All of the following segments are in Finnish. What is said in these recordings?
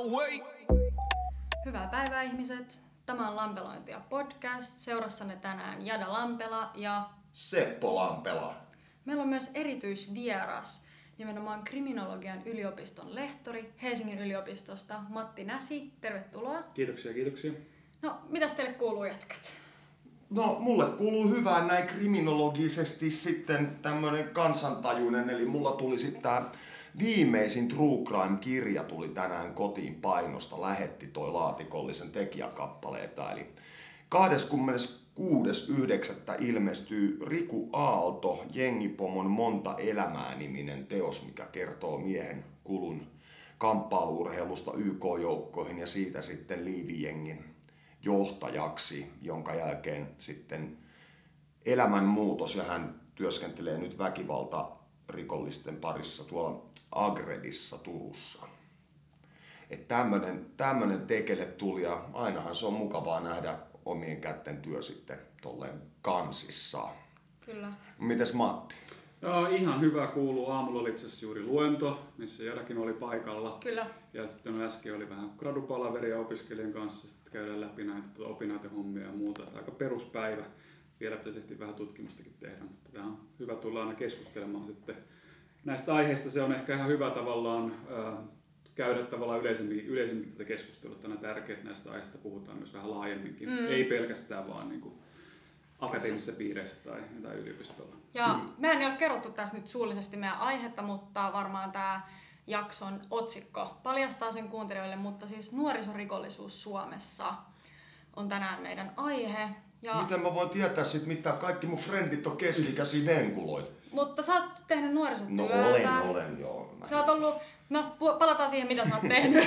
way. Hyvää päivää ihmiset. Tämä on Lampelointia podcast. Seurassanne tänään Jada Lampela ja Seppo Lampela. Meillä on myös erityisvieras, nimenomaan kriminologian yliopiston lehtori Helsingin yliopistosta Matti Näsi. Tervetuloa. Kiitoksia. No, mitäs teille kuuluu jätkät? No, mulle kuuluu hyvää näin kriminologisesti sitten tämmönen kansantajuinen, eli mulla tuli sitten tää viimeisin True Crime-kirja tuli tänään kotiin painosta, lähetti toi laatikollisen tekijäkappaleita, eli 26.9. ilmestyy Riku Aalto, Jengipomon Monta elämää-niminen teos, mikä kertoo miehen kulun kamppailu-urheilusta YK-joukkoihin ja siitä sitten Liivijengin johtajaksi, jonka jälkeen sitten elämänmuutos ja hän työskentelee nyt väkivaltarikollisten parissa tuolla Agredissa Turussa. Että tämmönen tekele tuli ja ainahan se on mukavaa nähdä omien kätten työ sitten tolleen kansissa. Kyllä. Mites Matti? Ihan hyvä kuuluu. Aamulla oli itse asiassa juuri luento, missä Jadakin oli paikalla. Kyllä. Ja sitten äsken oli vähän gradupalaveria opiskelijan kanssa, sitten käydään läpi näitä opinäytehommia ja muuta. Aika peruspäivä. Vielä pitäisi ehtiä vähän tutkimustakin tehdä, mutta tämä on hyvä tulla aina keskustelemaan sitten näistä aiheista. Se on ehkä ihan hyvä tavallaan käydä tavallaan yleisemmin tätä keskustelua. On tärkeää, että näistä aiheista puhutaan myös vähän laajemminkin. Ei pelkästään vaan niin kuin akateemisissa piireissä tai yliopistolla. Ja mehän ei ole kerrottu tässä nyt suullisesti meidän aihetta, mutta varmaan tämä jakson otsikko paljastaa sen kuuntelijoille, mutta siis nuorisorikollisuus Suomessa on tänään meidän aihe. Ja Miten mä voin tietää sit, mitä kaikki mun frendit on keski-ikäisiä venkuloita? Mutta sä oot tehnyt nuorisotyötä. No olen joo. Sä oot ollut, palataan siihen mitä sä oot tehnyt.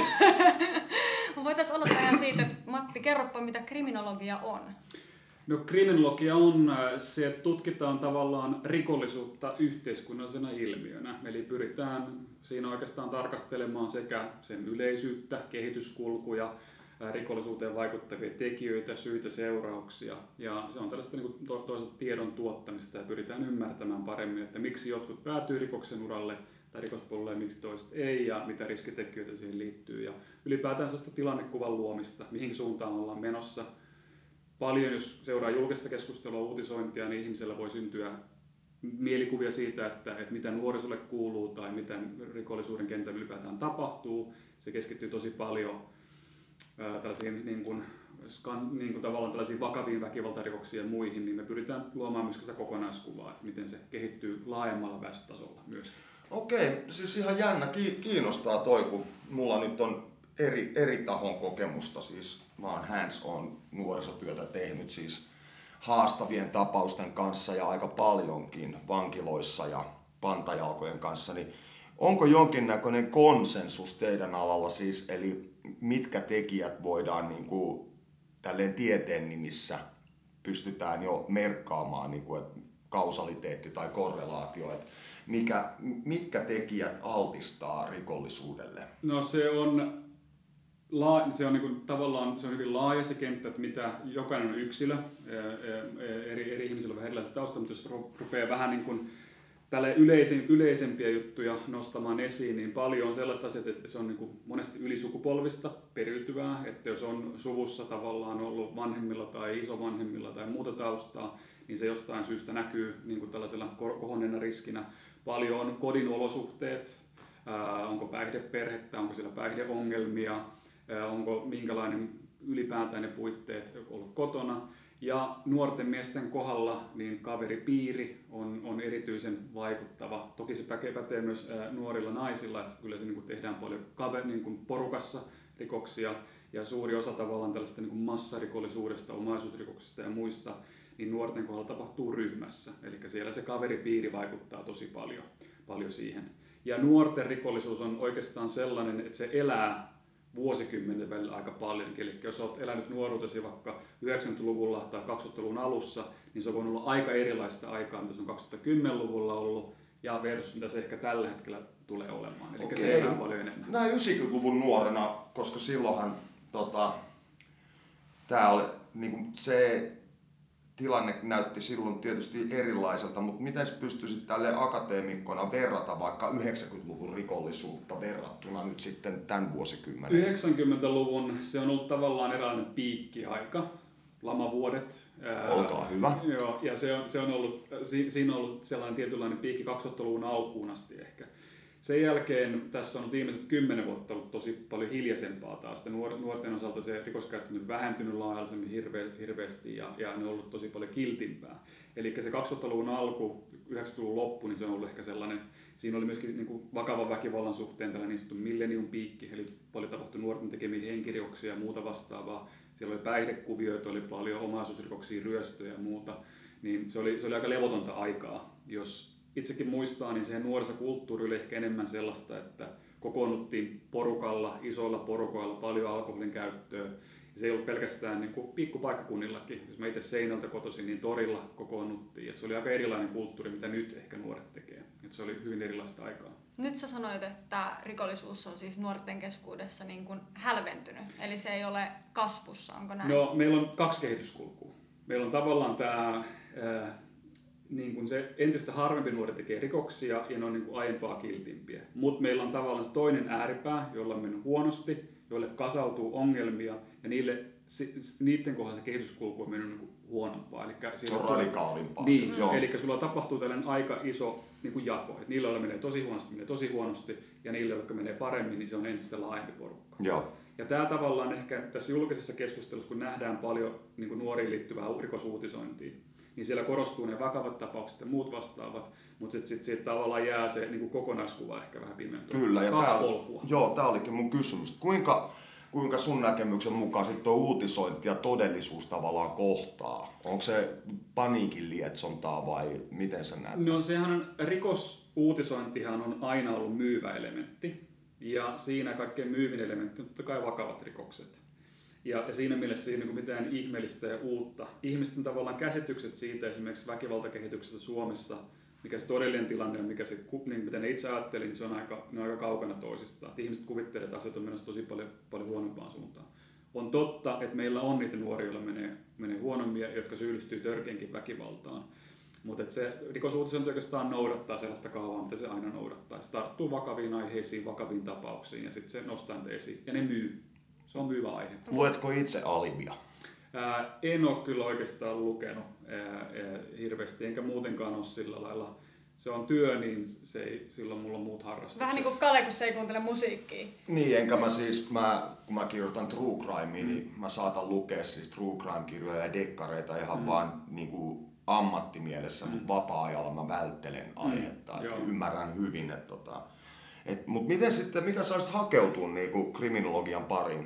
Voitaisiin aloittaa ihan siitä, että Matti, kerropa mitä kriminologia on. No kriminologia on se, että tutkitaan tavallaan rikollisuutta yhteiskunnallisena ilmiönä. Eli pyritään siinä oikeastaan tarkastelemaan sekä sen yleisyyttä, kehityskulkuja, rikollisuuteen vaikuttavia tekijöitä, syitä, seurauksia. Ja se on tällaista niin kuin toisaalta tiedon tuottamista ja pyritään ymmärtämään paremmin, että miksi jotkut päätyy rikoksen uralle tai rikospolulle ja miksi toiset ei ja mitä riskitekijöitä siihen liittyy. Ja ylipäätään sellaista tilannekuvan luomista, mihin suuntaan ollaan menossa. Paljon, jos seuraa julkista keskustelua, uutisointia, niin ihmisellä voi syntyä mielikuvia siitä, että mitä nuorisolle kuuluu tai mitä rikollisuuden kentällä ylipäätään tapahtuu. Se keskittyy tosi paljon tällaisiin niin kuin tavallaan tällaisiin vakaviin väkivaltarikoksiin ja muihin, niin me pyritään luomaan myös sitä kokonaiskuvaa, että miten se kehittyy laajemmalla väestötasolla myös. Okei, siis ihan jännä, kiinnostaa toi, kun mulla nyt on eri tahon kokemusta, siis mä oon hands-on nuorisotyötä tehnyt siis haastavien tapausten kanssa ja aika paljonkin vankiloissa ja pantajalkojen kanssa, niin onko jonkinnäköinen konsensus teidän alalla siis, eli mitkä tekijät voidaan niin kuin tälleen tieteen nimissä pystytään jo merkkaamaan, niin kuin, että kausaliteetti tai korrelaatio, että mitkä tekijät altistaa rikollisuudelle? No se on niin kuin, tavallaan se on hyvin laaja se kenttä, että mitä jokainen on yksilö, eri ihmisillä on vähän erilaisia taustoja, mutta jos rupeaa vähän niin kuin yleisempiä juttuja nostamaan esiin, niin paljon on sellaista asiaa, että se on niin kuin monesti ylisukupolvista periytyvää, että jos on suvussa tavallaan ollut vanhemmilla tai isovanhemmilla tai muuta taustaa, niin se jostain syystä näkyy niin kuin tällaisella kohonneena riskinä. Paljon on kodin olosuhteet, onko päihdeperhettä, onko siellä päihdeongelmia, onko minkälainen ylipäätään ne puitteet ollut kotona. Ja nuorten miesten kohdalla niin kaveripiiri on erityisen vaikuttava. Toki se pätee myös nuorilla naisilla, että kyllä se niin kuin tehdään paljon niin kuin porukassa rikoksia. Ja suuri osa tavallaan tällaista niin kuin massarikollisuudesta, omaisuusrikoksista ja muista, niin nuorten kohdalla tapahtuu ryhmässä. Eli siellä se kaveripiiri vaikuttaa tosi paljon siihen. Ja nuorten rikollisuus on oikeastaan sellainen, että se elää vuosikymmenen välillä aika paljon. Eli jos olet elänyt nuoruutesi vaikka 90-luvulla tai 2000-luvun alussa, niin se on voinut olla aika erilaista aikaa, mitä se on 2010-luvulla ollut, ja versus mitä se ehkä tällä hetkellä tulee olemaan. Eli se elää paljon enemmän. Näin 90-luvun nuorena, koska silloinhan tää oli niinku se tilanne näytti silloin tietysti erilaiselta, mutta miten pystyisit tälle akateemikkona verrata vaikka 90-luvun rikollisuutta verrattuna nyt sitten tämän vuosikymmenen? 90-luvun se on ollut tavallaan eräänlainen piikkiaika, lamavuodet. Olkaa hyvä. Joo, ja siinä on ollut sellainen tietynlainen piikki 2000-luvun alkuun asti ehkä. Sen jälkeen tässä on viimeiset 10 vuotta ollut tosi paljon hiljaisempaa taas. Nuorten osalta se rikoskäyttö on vähentynyt laajallisemmin hirveästi ja ne on ollut tosi paljon kiltimpää. Eli se 2000-luvun alku, 90-luvun loppu, niin se on ollut ehkä sellainen, siinä oli myöskin niin kuin vakavan väkivallan suhteen tällainen niin sanottu millennium piikki, eli paljon tapahtui nuorten tekemiä henkirikoksia ja muuta vastaavaa. Siellä oli päihdekuvioita, oli paljon omaisuusrikoksia, ryöstöjä ja muuta. Niin se oli aika levotonta aikaa. Jos itsekin muistaa, niin se nuorisokulttuuri oli ehkä enemmän sellaista, että kokoonnuttiin porukalla, isoilla porukoilla, paljon alkoholin käyttöä. Ja se ei ollut pelkästään niin kuin pikkupaikkakunnillakin. Jos mä itse Seinältä kotoisin, niin torilla kokoonnuttiin. Et se oli aika erilainen kulttuuri, mitä nyt ehkä nuoret tekee. Et se oli hyvin erilaista aikaa. Nyt sä sanoit, että rikollisuus on siis nuorten keskuudessa niin kuin hälventynyt. Eli se ei ole kasvussa, onko näin? No, meillä on 2 kehityskulkua. Meillä on tavallaan tämä niin kuin se entistä harvempi nuori tekee rikoksia ja ne on niin kuin aiempaa kiltimpiä. Mutta meillä on tavallaan se toinen ääripää, jolla on mennyt huonosti, joille kasautuu ongelmia ja niiden kohdalla se kehityskulku on mennyt niin kuin huonompaa. Se on radikaalimpaa. Niin, eli sulla tapahtuu tällainen aika iso niin kuin jako. Et niillä, joilla menee tosi huonosti ja niillä, jotka menee paremmin, niin se on entistä laajempi porukka. Joo. Ja tämä tavallaan ehkä tässä julkisessa keskustelussa, kun nähdään paljon niin kuin nuoriin liittyvää rikosuutisointia, niin siellä korostuu ne vakavat tapaukset ja muut vastaavat, mutta sitten siitä tavallaan jää se niin kuin kokonaiskuva ehkä vähän pimentoon. Kyllä, ja 2 polkua. tämä olikin mun kysymys. Kuinka sun näkemyksen mukaan sitten tuo uutisointi ja todellisuus tavallaan kohtaa? Onko se paniikin lietsontaa vai miten sä näet? No rikosuutisointihan on aina ollut myyvä elementti, ja siinä kaikkein myyvin elementti on totta kai vakavat rikokset. Ja siinä mielessä ei ole mitään ihmeellistä ja uutta. Ihmisten tavallaan käsitykset siitä esimerkiksi väkivaltakehityksestä Suomessa, mikä se todellinen tilanne on, niin mitä ne itse ajatteli, niin se on aika kaukana toisistaan. Et ihmiset kuvittelee, että asiat on menossa tosi paljon huonompaan suuntaan. On totta, että meillä on niitä nuoria, joilla menee huonommin, jotka syyllistyy törkeinkin väkivaltaan. Mutta se rikosuutisointi oikeastaan noudattaa sellaista kaavaa, mitä se aina noudattaa. Se tarttuu vakaviin aiheisiin, vakaviin tapauksiin ja sitten se nostaa niitä esiin. Ja ne myy. Se on myyvä aihe. Luetko itse Alibia? En ole kyllä oikeastaan lukenut hirveästi, enkä muutenkaan ole sillä lailla. Se on työ, niin silloin mulla on muut harrastukset. Vähän niin kuin Kale, kun se ei kuuntele musiikkia. Niin, enkä kun mä kirjoitan true crimea, niin mä saatan lukea siis true crime-kirjoja ja dekkareita ihan vaan niin kuin ammattimielessä, mutta vapaa-ajalla mä välttelen aihetta. Ymmärrän hyvin, mutta miten sitten, mikä sä olisit hakeutua niinku kriminologian pariin?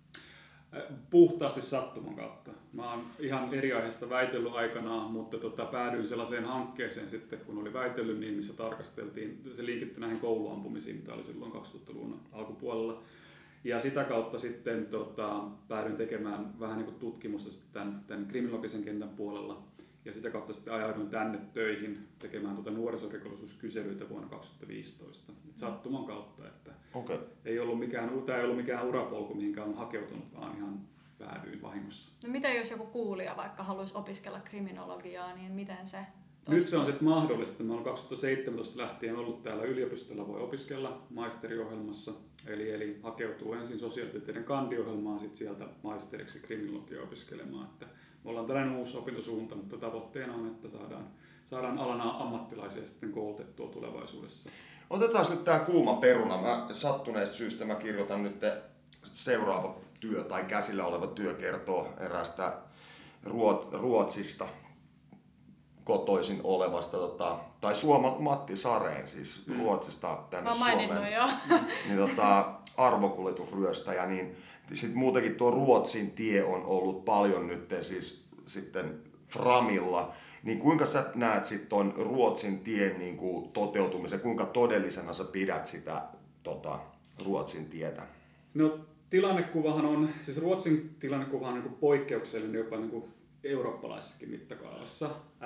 Puhtaasti sattuman kautta. Mä oon ihan eri aiheesta väitellyt aikanaan, mutta päädyin sellaiseen hankkeeseen sitten, kun oli väitellyt, niin missä tarkasteltiin, se linkittyi näihin kouluampumisiin, mitä oli silloin 2000-luvun alkupuolella. Ja sitä kautta sitten päädyin tekemään vähän niin kuin tutkimusta tämän kriminologisen kentän puolella. Ja sitä kautta sitten ajauduin tänne töihin tekemään nuorisorikollisuuskyselyitä vuonna 2015. Sattuman kautta, että okay. Tämä ei ollut mikään urapolku, mihinkään on hakeutunut, vaan ihan päädyin vahingossa. No miten jos joku kuulija vaikka haluaisi opiskella kriminologiaa, niin miten se toistuu? Nyt se on sitten mahdollista. Mä olen 2017 lähtien ollut täällä yliopistolla, voi opiskella maisteriohjelmassa. Eli hakeutuu ensin sosiaalitieteiden kandiohjelmaan, sitten sieltä maisteriksi kriminologiaa opiskelemaan. Että me ollaan tällainen uusi opintosuunta, mutta tavoitteena on, että saadaan alana ammattilaisia sitten koulutettua tulevaisuudessa. Otetaan nyt tämä kuuma peruna. Sattuneesta syystä mä kirjoitan nyt seuraava työ tai käsillä oleva työ kertoo eräästä Ruotsista kotoisin olevasta, tai Matti Sareen siis Ruotsista tänne Suomeen. Niin, arvokuljetusryöstäjä, niin sitten muutenkin tuo Ruotsin tie on ollut paljon nyt siis sitten framilla. Niin kuinka sä näet sitten ton Ruotsin tien niin kuin toteutumisen, kuinka todellisena sä pidät sitä Ruotsin tietä? No tilannekuvahan on, siis Ruotsin tilannekuvahan on niin kuin poikkeuksellinen jopa niin kuin eurooppalaisessakin mittakaavassa.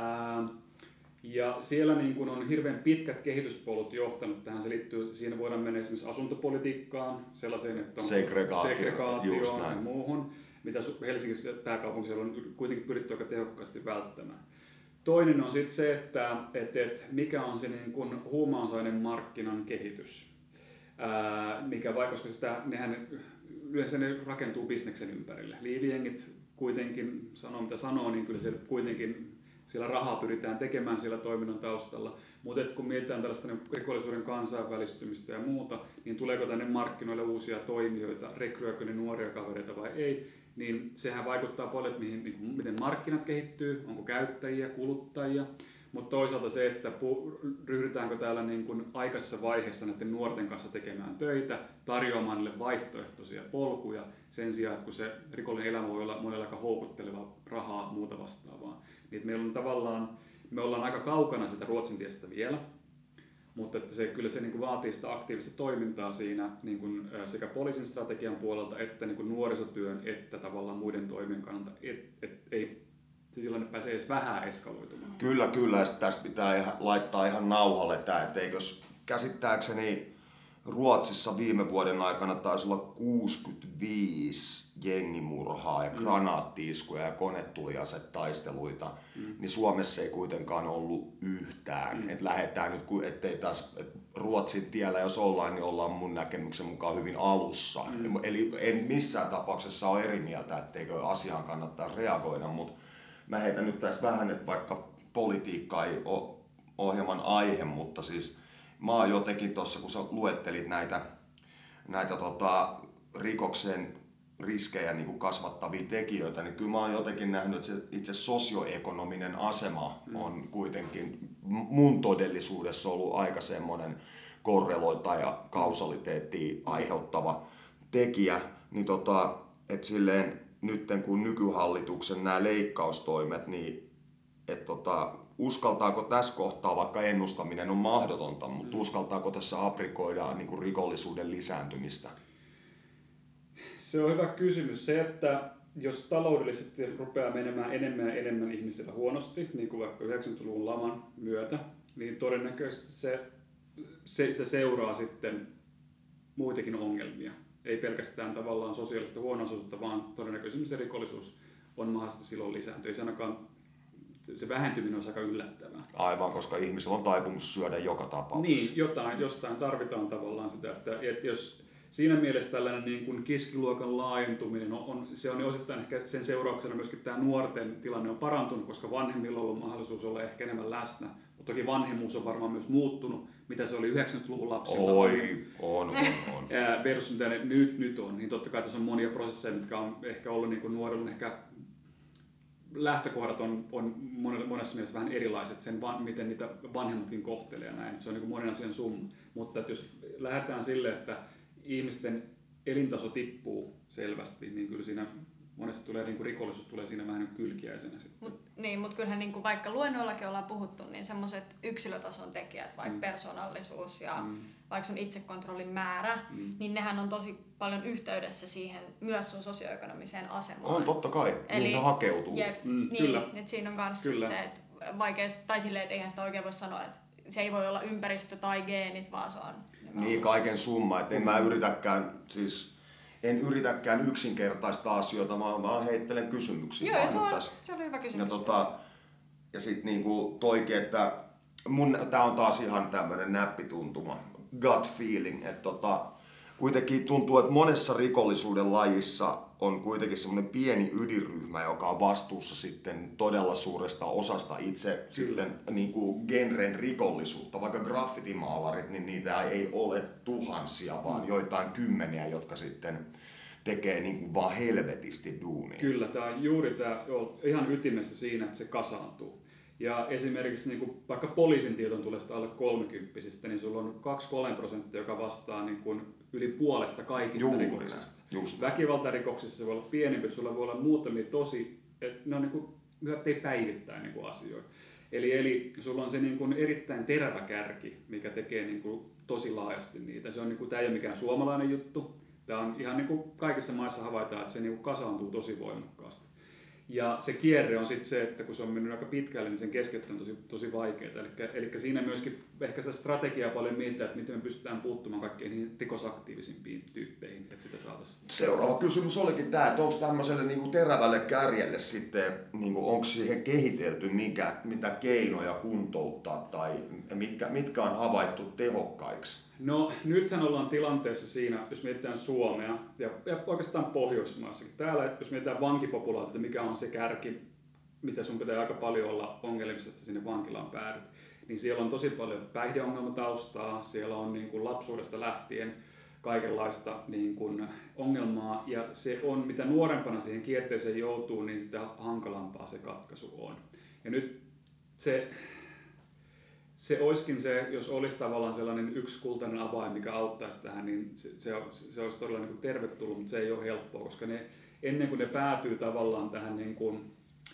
Ja siellä niin kuin on hirveän pitkät kehityspolut johtanut tähän. Se liittyy, siinä voidaan mennä esimerkiksi asuntopolitiikkaan, sellaiseen, että on segregaatioon ja muuhun. mitä Helsingissä pääkaupunkiseudulla on kuitenkin pyritty aika tehokkaasti välttämään. Toinen on sitten se, että mikä on se niin kuin huumausaineiden markkinan kehitys. Mikä koska yleensä ne rakentuu bisneksen ympärille. Liivijengit kuitenkin sanoo mitä sanoo, niin kyllä se kuitenkin siellä rahaa pyritään tekemään siellä toiminnan taustalla. Mutta kun mietitään tällaista rikollisuuden kansainvälistymistä ja muuta, niin tuleeko tänne markkinoille uusia toimijoita, rekryöikö ne nuoria kavereita vai ei, niin sehän vaikuttaa paljon, että miten markkinat kehittyy, onko käyttäjiä, kuluttajia. Mutta toisaalta se, että ryhdytäänkö täällä niin kuin aikaisessa vaiheessa näiden nuorten kanssa tekemään töitä, tarjoamaan niille vaihtoehtoisia polkuja sen sijaan, että kun se rikollinen elämä voi olla monella aika houkutteleva rahaa muuta vastaavaa. Niin me ollaan aika kaukana sitä Ruotsin tiestä vielä, mutta että kyllä se niin kuin vaatii sitä aktiivista toimintaa siinä niin kuin sekä poliisin strategian puolelta että niin kuin nuorisotyön että tavallaan muiden toimien kannalta, ei se tilanne pääsee edes vähän eskaloitumaan. Kyllä, ja tästä pitää laittaa ihan nauhalle tämä, että eikös käsittääkseni Ruotsissa viime vuoden aikana taisi olla 65 jengimurhaa ja granaatti-iskuja ja konetuliasetaisteluita, niin Suomessa ei kuitenkaan ollut yhtään. Et lähdetään nyt, ettei taas Ruotsin tiellä jos ollaan, niin ollaan mun näkemyksen mukaan hyvin alussa. Eli en missään tapauksessa ole eri mieltä, etteikö asiaan kannattaa reagoida, mutta mä heitän nyt tästä vähän, että vaikka politiikka ei ole ohjelman aihe, mutta siis mä oon jotenkin tuossa, kun sä luettelit näitä rikoksen riskejä niin kuin kasvattavia tekijöitä, niin kyllä mä oon jotenkin nähnyt, että se itse sosioekonominen asema on kuitenkin mun todellisuudessa ollut aika semmoinen korreloita ja kausaliteettia aiheuttava tekijä, niin että silleen nytten kun nykyhallituksen nämä leikkaustoimet, niin uskaltaako tässä kohtaa, vaikka ennustaminen on mahdotonta, mutta uskaltaako tässä aprikoida niin kuin rikollisuuden lisääntymistä? Se on hyvä kysymys. Se, että jos taloudellisesti rupeaa menemään enemmän ja enemmän ihmisillä huonosti, niin kuin vaikka 90-luvun laman myötä, niin todennäköisesti sitä seuraa sitten muitakin ongelmia. Ei pelkästään tavallaan sosiaalista huono-osuutta, vaan todennäköisesti se rikollisuus on mahdollisesti silloin lisääntyy. Ei se ainakaan se vähentyminen on aika yllättävää. Aivan, koska ihmisillä on taipumus syödä joka tapauksessa. Niin, jostain tarvitaan tavallaan sitä, että jos siinä mielessä tällainen niin kuin keskiluokan laajentuminen se on osittain ehkä sen seurauksena myöskin tämä nuorten tilanne on parantunut, koska vanhemmilla on ollut mahdollisuus olla ehkä enemmän läsnä. Mutta toki vanhemmuus on varmaan myös muuttunut, mitä se oli 90-luvun lapsilla. On. Versus mitä ne nyt on. Niin totta kai tässä on monia prosesseja, mitkä on ehkä ollut niin kuin nuorilla ehkä lähtökohdat on monessa mielessä vähän erilaiset, miten niitä vanhemmatkin kohtelee ja näin. Se on niin kuin monen asian summa. Mutta että jos lähdetään sille, että ihmisten elintaso tippuu selvästi, niin kyllä siinä monesti tulee niin kuin rikollisuus tulee siinä vähän kylkiäisenä sitten. Mutta kyllähän niin kuin vaikka luennoillakin ollaan puhuttu, niin semmoiset yksilötason tekijät, vaikka persoonallisuus ja vaikka sun itsekontrollin määrä, niin nehän on tosi paljon yhteydessä siihen myös sun sosioekonomiseen asemaan. On totta kai, niin ne hakeutuu. Kyllä. Että siinä on myös se, että tai silleen, että eihän sitä oikein voi sanoa, että se ei voi olla ympäristö tai geenit, vaan se on niin kaiken summa, että en yritäkään yksinkertaista asioita, vaan heittelen kysymyksiä. Joo, se oli hyvä kysymys. Ja sitten niinku toikin, että tää on taas ihan tämmönen näppituntuma, gut feeling, että kuitenkin tuntuu, että monessa rikollisuuden lajissa on kuitenkin semmoinen pieni ydinryhmä, joka on vastuussa sitten todella suuresta osasta itse sitten niinku genren rikollisuutta. Vaikka graffitimaalarit, niin niitä ei ole tuhansia, vaan joitain kymmeniä, jotka sitten tekee niinku vaan helvetisti duunia. Kyllä, tämä on ihan ytimessä siinä, että se kasaantuu. Ja esimerkiksi niin kuin vaikka poliisin tiedon tulee alle 30-vuotiaista, niin sulla on 2-3%, joka vastaa niin kuin yli puolesta kaikista rikoksista. Väkivaltarikoksissa se voi olla pienempi, sulla voi olla muutamia että ne on niin kuin, ei päivittäin niin kuin asioita. Eli sulla on se niin kuin erittäin terävä kärki, mikä tekee niin kuin tosi laajasti niitä. Se on niin kuin, tämä ei ole mikään suomalainen juttu. Tämä on ihan niin kuin kaikissa maissa havaitaan, että se niin kuin kasaantuu tosi voimakkaasti. Ja se kierre on sitten se, että kun se on mennyt aika pitkälle, niin sen keskeyttäminen on tosi vaikeaa. Eli siinä myöskin ehkä sitä strategiaa paljon mietitään, että miten me pystytään puuttumaan kaikkein niihin rikosaktiivisimpiin tyyppeihin, että sitä saataisiin. Seuraava kysymys olikin tämä, että onko tämmöiselle niinku terävälle kärjelle sitten, niinku, onko siihen kehitelty mitä keinoja kuntouttaa tai mitkä on havaittu tehokkaiksi? No nythän ollaan tilanteessa siinä, jos mietitään Suomea ja oikeastaan Pohjoismaassakin. Täällä, jos mietitään vankipopulaatiota, mikä on se kärki, mitä sun pitää aika paljon olla ongelmissa, että sinne vankilaan päädyt, niin siellä on tosi paljon päihdeongelmataustaa, siellä on niin kuin lapsuudesta lähtien kaikenlaista niin kuin ongelmaa, ja se on, mitä nuorempana siihen kierteeseen joutuu, niin sitä hankalampaa se katkaisu on. Ja nyt se olisikin se, jos olisi tavallaan sellainen yksi kultainen avain, mikä auttaisi tähän, niin se olisi todella niin kuin tervetullut, mutta se ei ole helppoa, koska ennen kuin ne päätyy tavallaan tähän niin kuin,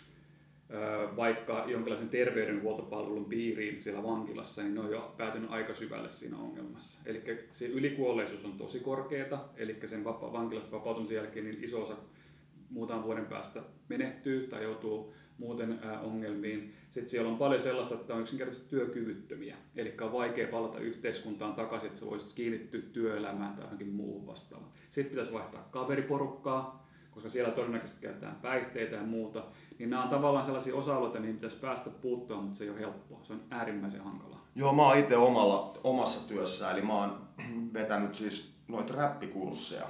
vaikka jonkinlaisen terveydenhuoltopalvelun piiriin siellä vankilassa, niin ne on jo päätynyt aika syvälle siinä ongelmassa. Eli se ylikuolleisuus on tosi korkeata, eli sen vankilasta vapautumisen jälkeen niin iso osa muutaman vuoden päästä menehtyy tai joutuu muuten ongelmiin. Sitten siellä on paljon sellaista, että on yksinkertaisesti työkyvyttömiä, eli on vaikea palata yhteiskuntaan takaisin, että sä voisit kiinnittyä työelämään tai johonkin muuhun vastaavaan. Sitten pitäisi vaihtaa kaveriporukkaa, koska siellä todennäköisesti käytetään päihteitä ja muuta. Niin nämä on tavallaan sellaisia osa-alueita, mihin pitäisi päästä puuttua, mutta se ei ole helppoa. Se on äärimmäisen hankalaa. Joo, mä oon itse omassa työssä, eli mä oon vetänyt siis noita räppikursseja.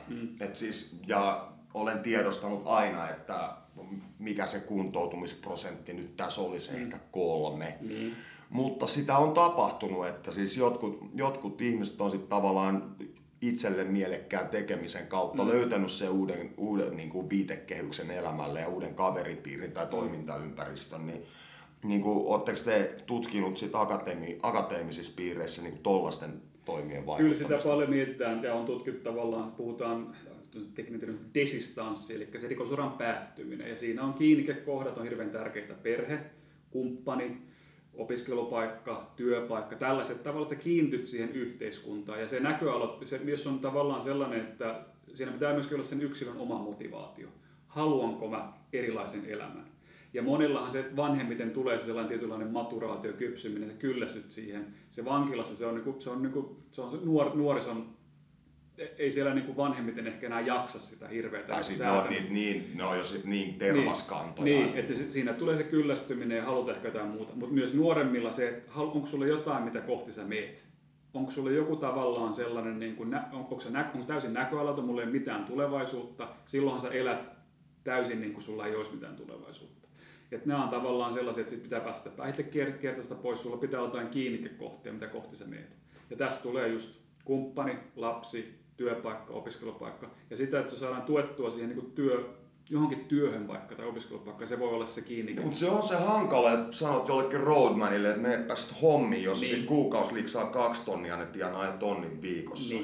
Ja olen tiedostanut aina, että mikä se kuntoutumisprosentti nyt tässä olisi, ehkä 3. Mutta sitä on tapahtunut, että siis jotkut ihmiset on sitten tavallaan itselle mielekkään tekemisen kautta löytänyt sen uuden niin kuin viitekehyksen elämälle ja uuden kaveripiirin tai toimintaympäristön. Niin ootteko te tutkinut sit akateemisissa piireissä niin tollaisten toimien vaikuttamista? Kyllä sitä paljon mietitään ja on tutkittu tavallaan, puhutaan tekninen desistanssi, eli se rikosuran päättyminen. Ja siinä on kiinnikekohdat, on hirveän tärkeitä: perhe, kumppani, opiskelupaikka, työpaikka, tällaiset tavallaan sä kiinnityt siihen yhteiskuntaan. Ja se näköalo, jos on tavallaan sellainen, että siinä pitää myöskin olla sen yksilön oma motivaatio. Haluanko mä erilaisen elämän? Ja monillahan se vanhemmiten tulee se sellainen tietynlainen maturaatio, kypsyminen, se kyllästyt siihen. Se vankilassa se on nuorison, ei siellä niin kuin vanhemmiten ehkä enää jaksa sitä hirveätä. Tai sitten ne on jo sit niin tervaskantoja. Niin, että siinä tulee se kyllästyminen ja haluta ehkä jotain muuta. Mutta myös nuoremmilla se, onko sulla jotain, mitä kohti sä meet? Onko sulla joku tavallaan sellainen, niin kuin, onko täysin näköalaton, mulla ei ole mitään tulevaisuutta, silloinhan sä elät täysin niin kuin sulla ei olisi mitään tulevaisuutta. Että nämä on tavallaan sellaisia, että sit pitää päästä päihdekierteestä pois, sulla pitää olla jotain kiinnikekohtia, mitä kohti sä meet. Ja tässä tulee just kumppani, lapsi, työpaikka, opiskelupaikka. Ja sitä, että saadaan tuettua siihen niin johonkin työhön vaikka tai opiskelupaikka, se voi olla se kiinni. Mutta se on se hankala, että sanot jollekin roadmanille, että menepäs sit hommiin, jos niin. Kuukausi liksaa 2 tonnia, ne tienaa 1 tonnin viikossa.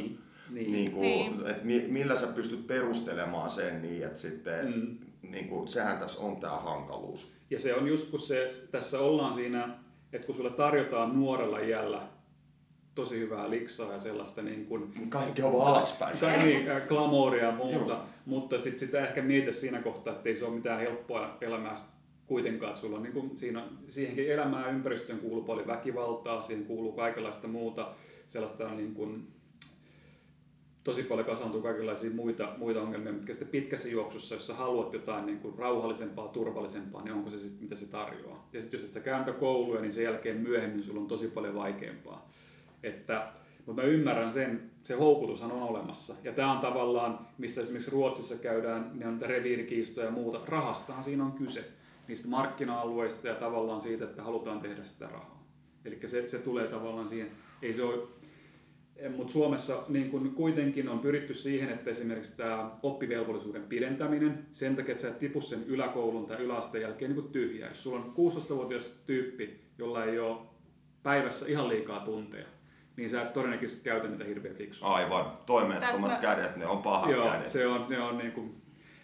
Että millä sä pystyt perustelemaan sen niin, että sitten sehän tässä on tää hankaluus. Ja se on just kun tässä ollaan siinä, että kun sulle tarjotaan nuorella iällä tosi hyvää liksaa ja sellaista niin kuin kaikki on vaan alaspäin. Glamouria ja muuta, mutta sitten sitä ehkä mieti siinä kohtaa, että ei se ole mitään helppoa elämää kuitenkaan, että sulla on niin kuin siihenkin elämään ja ympäristöön kuuluu paljon väkivaltaa, siihen kuuluu kaikenlaista muuta, sellaista niin kuin tosi paljon kasaantuu kaikenlaisia muita ongelmia, mitkä sitten pitkässä juoksussa, jos sä haluat jotain niin kuin rauhallisempaa, turvallisempaa, niin onko se sitten mitä se tarjoaa. Ja sitten jos et sä käy kouluja, niin sen jälkeen myöhemmin sulla on tosi paljon vaikeampaa. Mutta mä ymmärrän se houkutushan on olemassa. Ja tämä on tavallaan, missä esimerkiksi Ruotsissa käydään, ne on niitä reviirikiistoja ja muuta. Rahastahan siinä on kyse, niistä markkina-alueista ja tavallaan siitä, että halutaan tehdä sitä rahaa. Eli se tulee tavallaan siihen, ei se ole. Mutta Suomessa niin kun kuitenkin on pyritty siihen, että esimerkiksi tämä oppivelvollisuuden pidentäminen, sen takia, että sä et tipu sen yläkoulun tai yläasteen jälkeen niin tyhjää. Jos sulla on 16-vuotias tyyppi, jolla ei ole päivässä ihan liikaa tunteja, niin sä et todennäköisesti käytä niitä hirveän fiksuja. Aivan. Toimeettomat kädet, ne on pahat kädet. Ne on niin kuin,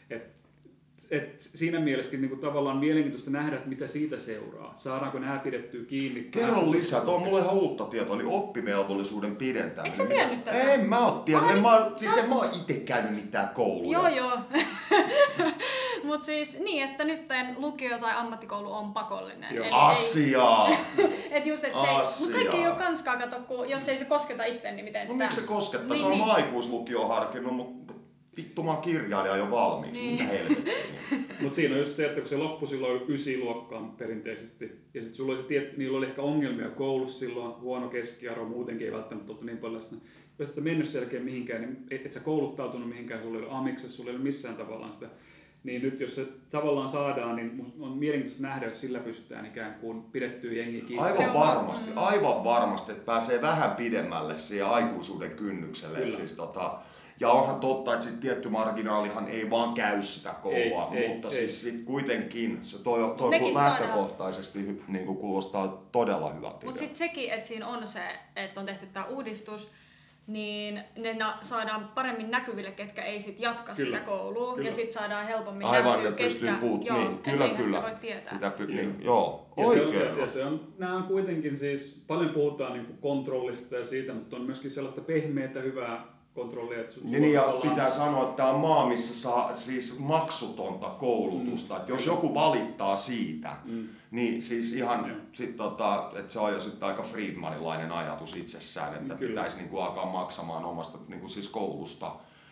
siinä mielessäkin niin kuin tavallaan mielenkiintoista nähdä, että mitä siitä seuraa. Saadaanko nämä pidettyä kiinni? Kerro lisää. Tuo on mulle ihan uutta tietoa, eli oppivelvollisuuden pidentäminen. Eikö sä tiennyt tätä? En mä oo tiennyt. En mä oo itse käynyt mitään kouluja. Joo. Mut siis niin, että nyt lukio tai ammattikoulu on pakollinen. Joo. Eli Asiaa! et just, et se ei, mut kaikki ei oo kanskaa, kato, kun jos ei se kosketa itse, niin miten No sitä... miksi se koskettaa? Niin, Se on niin. aikuislukio harkinnut, mutta vittu mä oon kirjailija jo valmiiksi, Niin. mitä helvettiä. Mutta siinä on just se, että kun se loppui silloin 9-luokkaan perinteisesti, ja sitten sulla oli se niillä oli ehkä ongelmia koulussa silloin, huono keskiarvo, muutenkin ei välttämättä oltu niin paljon läsnä. Jos et sä mennyt selkeä mihinkään, niin et sä kouluttautunut mihinkään, sulla ei ole amiksessa, sulla ei ole missään tavallaan sitä. Niin nyt jos se tavallaan saadaan, niin on mielenkiintoista nähdä, että sillä pystytään ikään kuin pidettyä jengi kiinni. Aivan varmasti, että pääsee vähän pidemmälle siihen aikuisuuden kynnykselle. Et siis, ja onhan totta, että sit tietty marginaalihan ei vaan käy sitä koulua, mutta siis sit kuitenkin se toi lähtökohtaisesti niin kuin kuulostaa todella hyvältä. Mutta sitten sekin, että siinä on se, että on tehty tämä uudistus, niin ne saadaan paremmin näkyville, ketkä ei sit jatka Kyllä. sitä koulua. Kyllä. Ja sit saadaan helpommin Aivan, nähtyä, ne pystyy joo, kyllä. Sitä voi tietää. Sitä oikein. Nämä on kuitenkin siis, paljon puhutaan niin kuin kontrollista ja siitä, mutta on myöskin sellaista pehmeää hyvää kontrollia. Niin, ja pitää sanoa, että tämä on maa, missä saa siis maksutonta koulutusta. Että jos joku valittaa siitä, niin siis ihan että se on jo sitten aika Friedmanilainen ajatus itsessään, että pitäisi niin kuin alkaa maksamaan omasta niin kuin siis koulusta.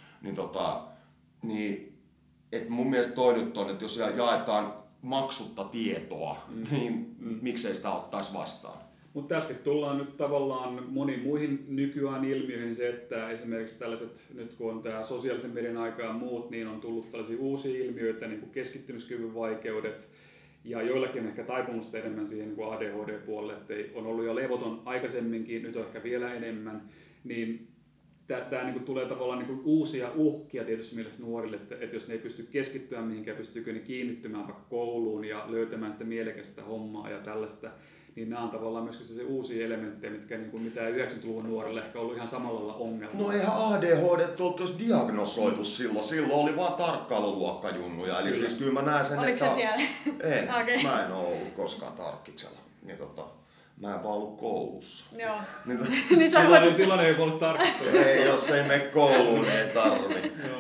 Niin, että mun mielestä toi nyt on, että jos jaetaan maksutta tietoa, niin miksei sitä ottaisi vastaan. Mutta tässäkin tullaan nyt tavallaan moniin muihin nykyään ilmiöihin se, että esimerkiksi tällaiset, nyt kun on tämä sosiaalisen median aika ja muut, niin on tullut tällaisia uusia ilmiöitä, niin kuin keskittymiskyvyn vaikeudet, ja joillakin on ehkä taipumusta enemmän siihen niin kuin ADHD-puolelle, että on ollut jo levoton aikaisemminkin, nyt on ehkä vielä enemmän, niin tämä niin tulee tavallaan niin uusia uhkia tietysti mielessä nuorille, että jos ne ei pysty keskittymään mihinkään, pystyykö ne kiinnittymään vaikka kouluun ja löytämään sitä mielekästä hommaa ja tällaista, niin nämä on tavallaan myöskin se uusia elementtejä, mitkä niin kuin mitä 90-luvun nuorille ehkä ollut ihan samalla lailla ongelma. No eihän ADHD oltu diagnosoitu silloin. Silloin oli vaan tarkkailuluokkajunnuja. Eli siis kyllä mä näen sen, oliko että... se siellä? En. Okay. Mä en ole ollut koskaan tarkkiksella. Niin mä en vaan ollut koulussa. Joo. Niin silloin ei ollut tarkiksella. Ei, jos ei mene kouluun, ei tarvi.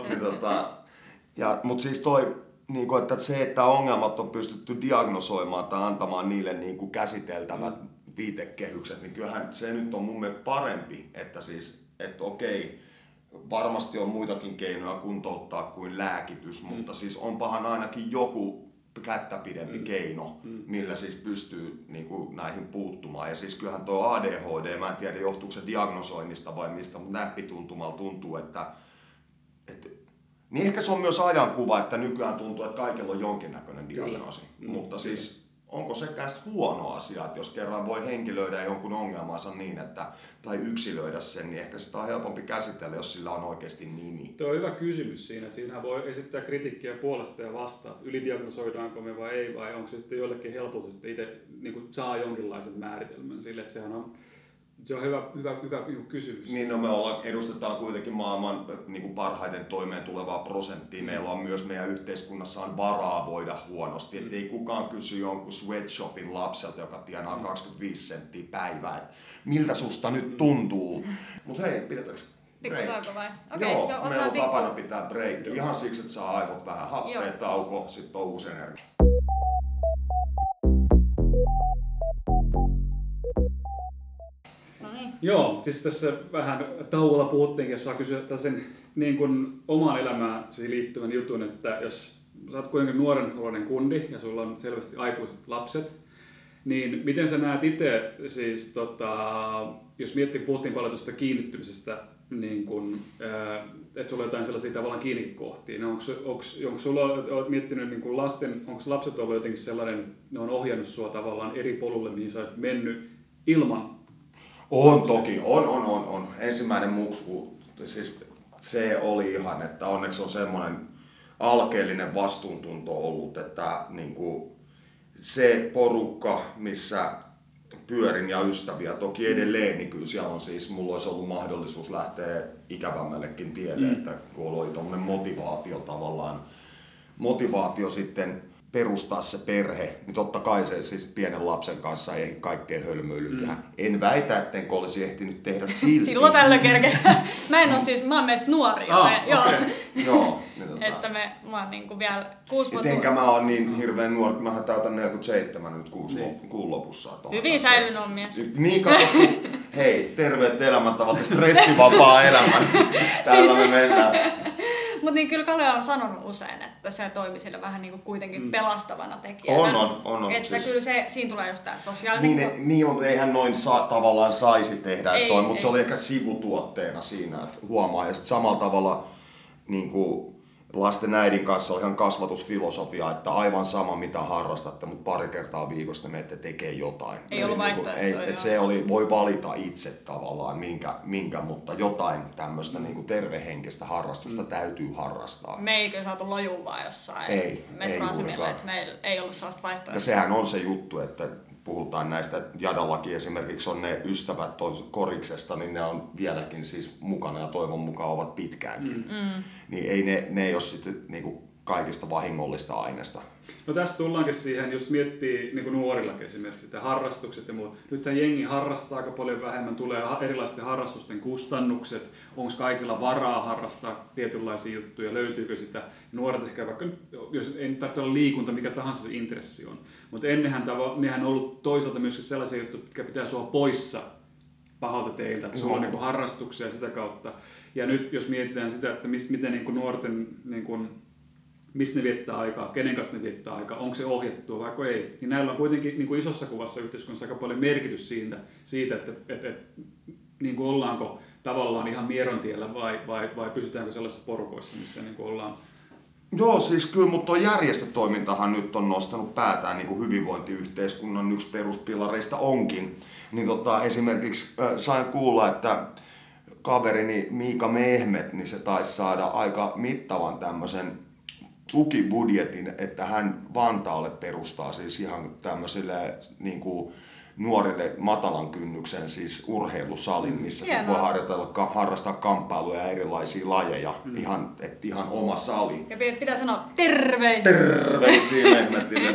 Mutta siis toi... Niin että se, että ongelmat on pystytty diagnosoimaan tai antamaan niille niin kuin käsiteltävät viitekehykset, niin kyllähän se nyt on mun mielestä parempi, että siis, että okei, varmasti on muitakin keinoja kuntouttaa kuin lääkitys, mutta siis onpahan ainakin joku kättä pidempi keino, millä siis pystyy niin kuin näihin puuttumaan. Ja siis kyllähän tuo ADHD, mä en tiedä johtuuko se diagnosoinnista vai mistä, mutta näppituntumalla tuntuu, että niin ehkä se on myös ajankuva, että nykyään tuntuu, että kaikilla on jonkinnäköinen diagnoosi. Mutta siis onko sekään huono asia, että jos kerran voi henkilöidä jonkun ongelmansa niin, että, tai yksilöidä sen, niin ehkä sitä on helpompi käsitellä, jos sillä on oikeasti nimi. Tuo on hyvä kysymys siinä, että siinä voi esittää kritiikkiä puolesta ja vastaan, että ylidiagnosoidaanko me vai ei, vai onko se sitten jollekin helpotus, että itse niin kuin saa jonkinlaisen määritelmän sille, että se on hyvä kysymys. Niin, no edustetaan kuitenkin maailman niin kuin parhaiten toimeen tulevaa prosenttia. Meillä on myös meidän yhteiskunnassaan varaa voida huonosti. Että ei kukaan kysy jonkun sweatshopin lapselta, joka tienaa 25 senttiä päivää, että miltä susta nyt tuntuu. Mutta hei, pidetäänkö break? Pikku vai? Okay, Joo, meillä on tapana pitää break. Joo. Ihan siksi, että saa aivot vähän happea, tauko, sitten on uusi energia. Joo, siis tässä vähän tauolla puhuttiinkin, jos saa kysyä tällaisen niin kuin omaan elämään liittyvän jutun, että jos sä oot kuitenkin nuoren oloinen kundi ja sulla on selvästi aikuiset lapset, niin miten sä näet itse, siis jos puhuttiin paljon tuosta kiinnittymisestä, niin kun, että sulla on jotain sellaisia tavallaan kiinnikohtia, niin onko sulla oot miettinyt niin kun onko lapset ollut jotenkin sellainen, että ne on ohjannut sua tavallaan eri polulle, mihin sä olisit mennyt ilman? On toki, on. Ensimmäinen muksu, siis se oli ihan, että onneksi on semmoinen alkeellinen vastuuntunto ollut, että niin kuin se porukka, missä pyörin ja ystäviä, toki edelleen, niin kyllä siellä on siis, mulla olisi ollut mahdollisuus lähteä ikävämmällekin tielle, että kun oli tommoinen motivaatio sitten perustaa se perhe, niin totta kai se siis pienen lapsen kanssa ei kaikkea hölmöilyä. En väitä, ettenkö olisi ehtinyt tehdä silti. Silloin tällöin kerkeä. mä oon meistä nuori. Joo. Että mä oon niinku vielä 6 vuotta. Enkä mä oon niin hirveän nuori, mähän täytän 47 nyt kuun lopussa. Hyvin säilynyt on mies. Niin kato, hei, terveet elämäntavat ja stressivapaa elämän. Täällä me mennään. Mutta niin kyllä Kale on sanonut usein, että se toimii sille vähän niin kuin kuitenkin pelastavana tekijänä. On. Että siis, kyllä siinä tulee just tää sosiaalinen... Niin on, eihän noin tavallaan saisi tehdä, mutta se oli ehkä sivutuotteena siinä, että huomaa. Ja sitten samalla tavalla niin kuin lasten äidin kanssa on ihan kasvatusfilosofia, että aivan sama mitä harrastatte, mutta pari kertaa viikossa menette tekee jotain. Ei ollut vaihtoehtoja. Se voi valita itse tavallaan minkä mutta jotain tämmöistä niin tervehenkistä harrastusta täytyy harrastaa. Me ei kyllä saatu lojua vaan jossain metroasemilla, että meillä ei ollut sellaista vaihtoehtoa. Ja sehän on se juttu, että puhutaan näistä, Jadallakin esimerkiksi on ne ystävät koriksesta, niin ne on vieläkin siis mukana ja toivon mukaan ovat pitkäänkin. Niin ei ne ei ole sitten niinku kaikista vahingollista aineesta. No tässä tullaankin siihen, jos miettii niin kuin nuorillakin esimerkiksi, että harrastukset ja muut. Nythän jengi harrastaa aika paljon vähemmän, tulee erilaisten harrastusten kustannukset, onko kaikilla varaa harrastaa tietynlaisia juttuja, löytyykö sitä. Nuoret ehkä vaikka, jos ei tarvitse olla liikunta, mikä tahansa se intressi on. Mutta ennenhän nehän on ollut toisaalta myöskin sellaisia juttuja, jotka pitää sua poissa pahalta teiltä, että sulla on niin harrastuksia sitä kautta. Ja nyt jos mietitään sitä, että miten niin kuin nuorten... Niin kuin, missä ne viettää aikaa, kenen kanssa ne viettää aikaa, onko se ohjattua vai ei. Niin näillä on kuitenkin niin kuin isossa kuvassa yhteiskunnassa aika paljon merkitys siitä että niin kuin ollaanko tavallaan ihan mierontiellä vai pysytäänkö sellaisissa porukoissa, missä niin kuin ollaan. Joo, siis kyllä, mutta tuo järjestötoimintahan nyt on nostanut päätään niin kuin hyvinvointiyhteiskunnan yksi peruspilareista onkin. Niin esimerkiksi sain kuulla, että kaverini Miika Mehmet, niin se taisi saada aika mittavan tämmöisen tukibudjetin, että hän Vantaalle perustaa siis ihan tämmöisille niin kuin nuorille matalan kynnyksen siis urheilusalin, missä se voi harrastaa kamppailuja ja erilaisia lajeja, ihan oma sali. Ja pitää sanoa terveisiä. Terveisiä Mehmetille.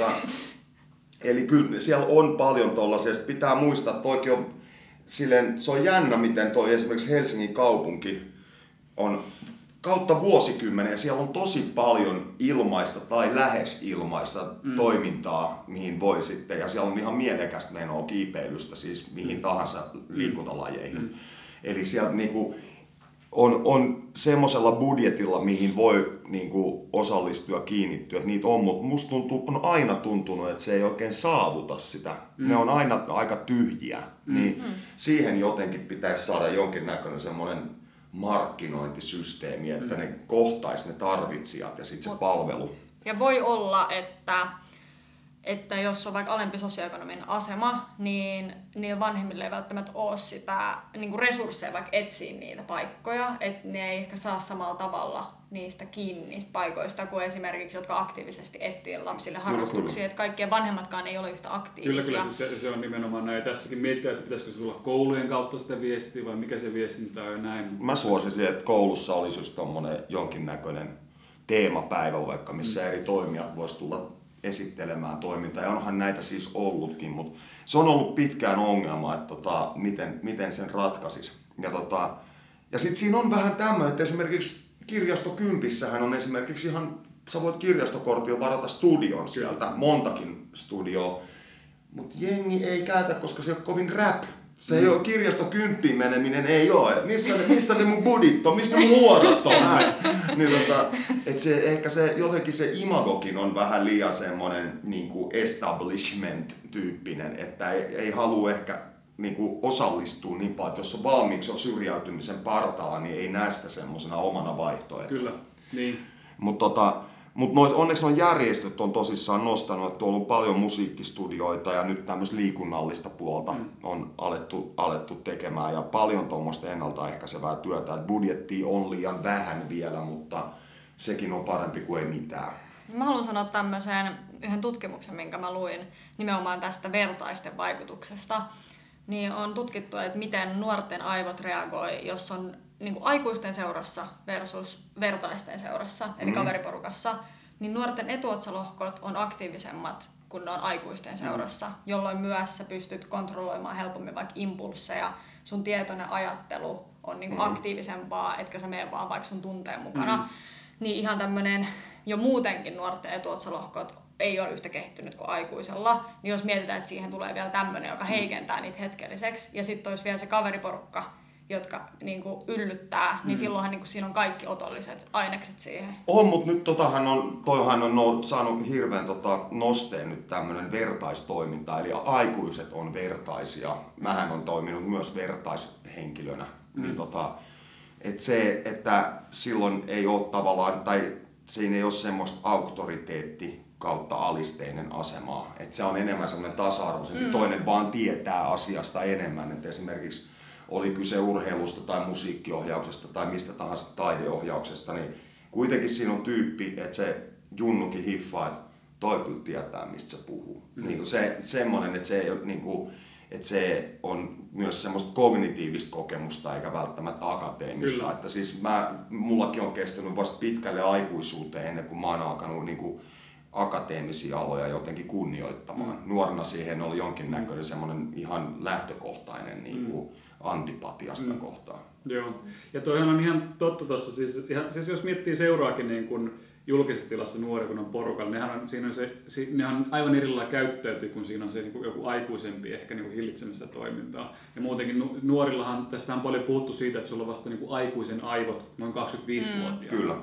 Eli kyllä siellä on paljon tollaisia. Pitää muistaa, että toikin on silleen, se on jännä, miten toi esimerkiksi Helsingin kaupunki on kautta vuosikymmenen ja siellä on tosi paljon ilmaista tai lähes ilmaista toimintaa, mihin voi sitten, ja siellä on ihan mielekästä menoa kiipeilystä siis mihin tahansa liikuntalajeihin. Eli siellä niinku on semmoisella budjetilla, mihin voi niinku osallistua, kiinnittyä, että niitä on, mutta musta on aina tuntunut, että se ei oikein saavuta sitä. Ne on aina aika tyhjiä, niin siihen jotenkin pitäisi saada jonkinnäköinen semmoinen markkinointisysteemi, että ne kohtaisi ne tarvitsijat ja sitten se palvelu. Ja voi olla, että jos on vaikka alempi sosioekonominen asema, niin vanhemmille ei välttämättä ole sitä niin kuin resursseja vaikka etsiä niitä paikkoja, että ne ei ehkä saa samalla tavalla niistä kiinni niistä paikoista kuin esimerkiksi, jotka aktiivisesti etsii lapsille harrastuksia, että kaikkien vanhemmatkaan ei ole yhtä aktiivisia. Kyllä se on nimenomaan näin. Tässäkin miettiä, että pitäisikö se tulla koulujen kautta sitä viestiä vai mikä se viestintä on ja näin. Mä suosisin, että koulussa olisi just tommonen jonkinnäköinen teemapäivä vaikka, missä eri toimijat vois tulla esittelemään toimintaa, ja onhan näitä siis ollutkin, mutta se on ollut pitkään ongelma, että miten sen ratkaisisi. Ja sitten siinä on vähän tämmöinen, että esimerkiksi kirjastokympissähän on esimerkiksi ihan, sä voit kirjastokortilla varata studion sieltä, montakin studioa, mutta jengi ei käytä, koska se ei ole kovin rap. Se ei ole kirjastokymppiin meneminen, ei ole. Missä ne mun budit on, missä ne mun huorat on näin. Niin et ehkä se jotenkin se imagokin on vähän liian semmoinen niinku establishment-tyyppinen, että ei halua ehkä niinku osallistua niin paljon, että jos on valmiiksi on syrjäytymisen partaalla, niin ei näe sitä semmosena omana vaihtoehtona. Kyllä, niin. Mutta onneksi on järjestöt on tosissaan nostanut, että tuolla on paljon musiikkistudioita ja nyt tämmöistä liikunnallista puolta on alettu tekemään ja paljon tuommoista ennaltaehkäisevää työtä. Et budjettia on liian vähän vielä, mutta sekin on parempi kuin ei mitään. Mä haluan sanoa tämmöisen yhden tutkimuksen, minkä mä luin nimenomaan tästä vertaisten vaikutuksesta. Niin on tutkittu, että miten nuorten aivot reagoi, jos on niin kuin aikuisten seurassa versus vertaisten seurassa, eli kaveriporukassa, niin nuorten etuotsalohkot on aktiivisemmat kun ne on aikuisten seurassa, jolloin myös sä pystyt kontrolloimaan helpommin vaikka impulsseja, sun tietoinen ajattelu on niinku aktiivisempaa, etkä sä mene vaan vaikka sun tunteen mukana. Niin ihan tämmönen jo muutenkin nuorten etuotsalohkot ei ole yhtä kehittynyt kuin aikuisella, niin jos mietitään, että siihen tulee vielä tämmöinen, joka heikentää niitä hetkelliseksi, ja sitten olisi vielä se kaveriporukka, jotka niinku yllyttää, niin silloinhan niinku siinä on kaikki otolliset ainekset siihen. On, mutta nyt toihan on saanut hirveän nosteen nyt tämmöinen vertaistoiminta, eli aikuiset on vertaisia. Mähän on toiminut myös vertaishenkilönä. Niin että se, että silloin ei ole tavallaan, tai siinä ei ole semmoista auktoriteetti kautta alisteinen asemaa. Että se on enemmän semmoinen tasa-arvoisempi. Toinen vaan tietää asiasta enemmän. Että esimerkiksi oli kyse urheilusta tai musiikkiohjauksesta tai mistä tahansa taideohjauksesta, niin kuitenkin siinä on tyyppi, että se junnukin hiffaa, että toi kyllä tietää, mistä se puhuu. Niin kuin se semmoinen, että se ei ole niin kuin, että se on myös semmoista kognitiivista kokemusta eikä välttämättä akateemista. Kyllä. Että siis mullakin on kestänyt vasta pitkälle aikuisuuteen ennen kuin mä oon alkanut niin kuin akateemisia aloja jotenkin kunnioittamaan. Nuorena siihen oli jonkinnäköinen semmoinen ihan lähtökohtainen niin kuin antipatiasta kohtaan. Joo. Ja toihan on ihan totta tuossa, siis jos miettii seuraakin niin kuin julkisessa tilassa nuorikunnan porukalla, ne on aivan erillä käyttäytyy, kun siinä on se niin kuin joku aikuisempi ehkä niin kuin hillitsemässä toimintaa. Ja muutenkin nuorillahan, tässä on paljon puhuttu siitä, että sulla on vasta niin kuin aikuisen aivot noin 25-vuotiaana. Kyllä.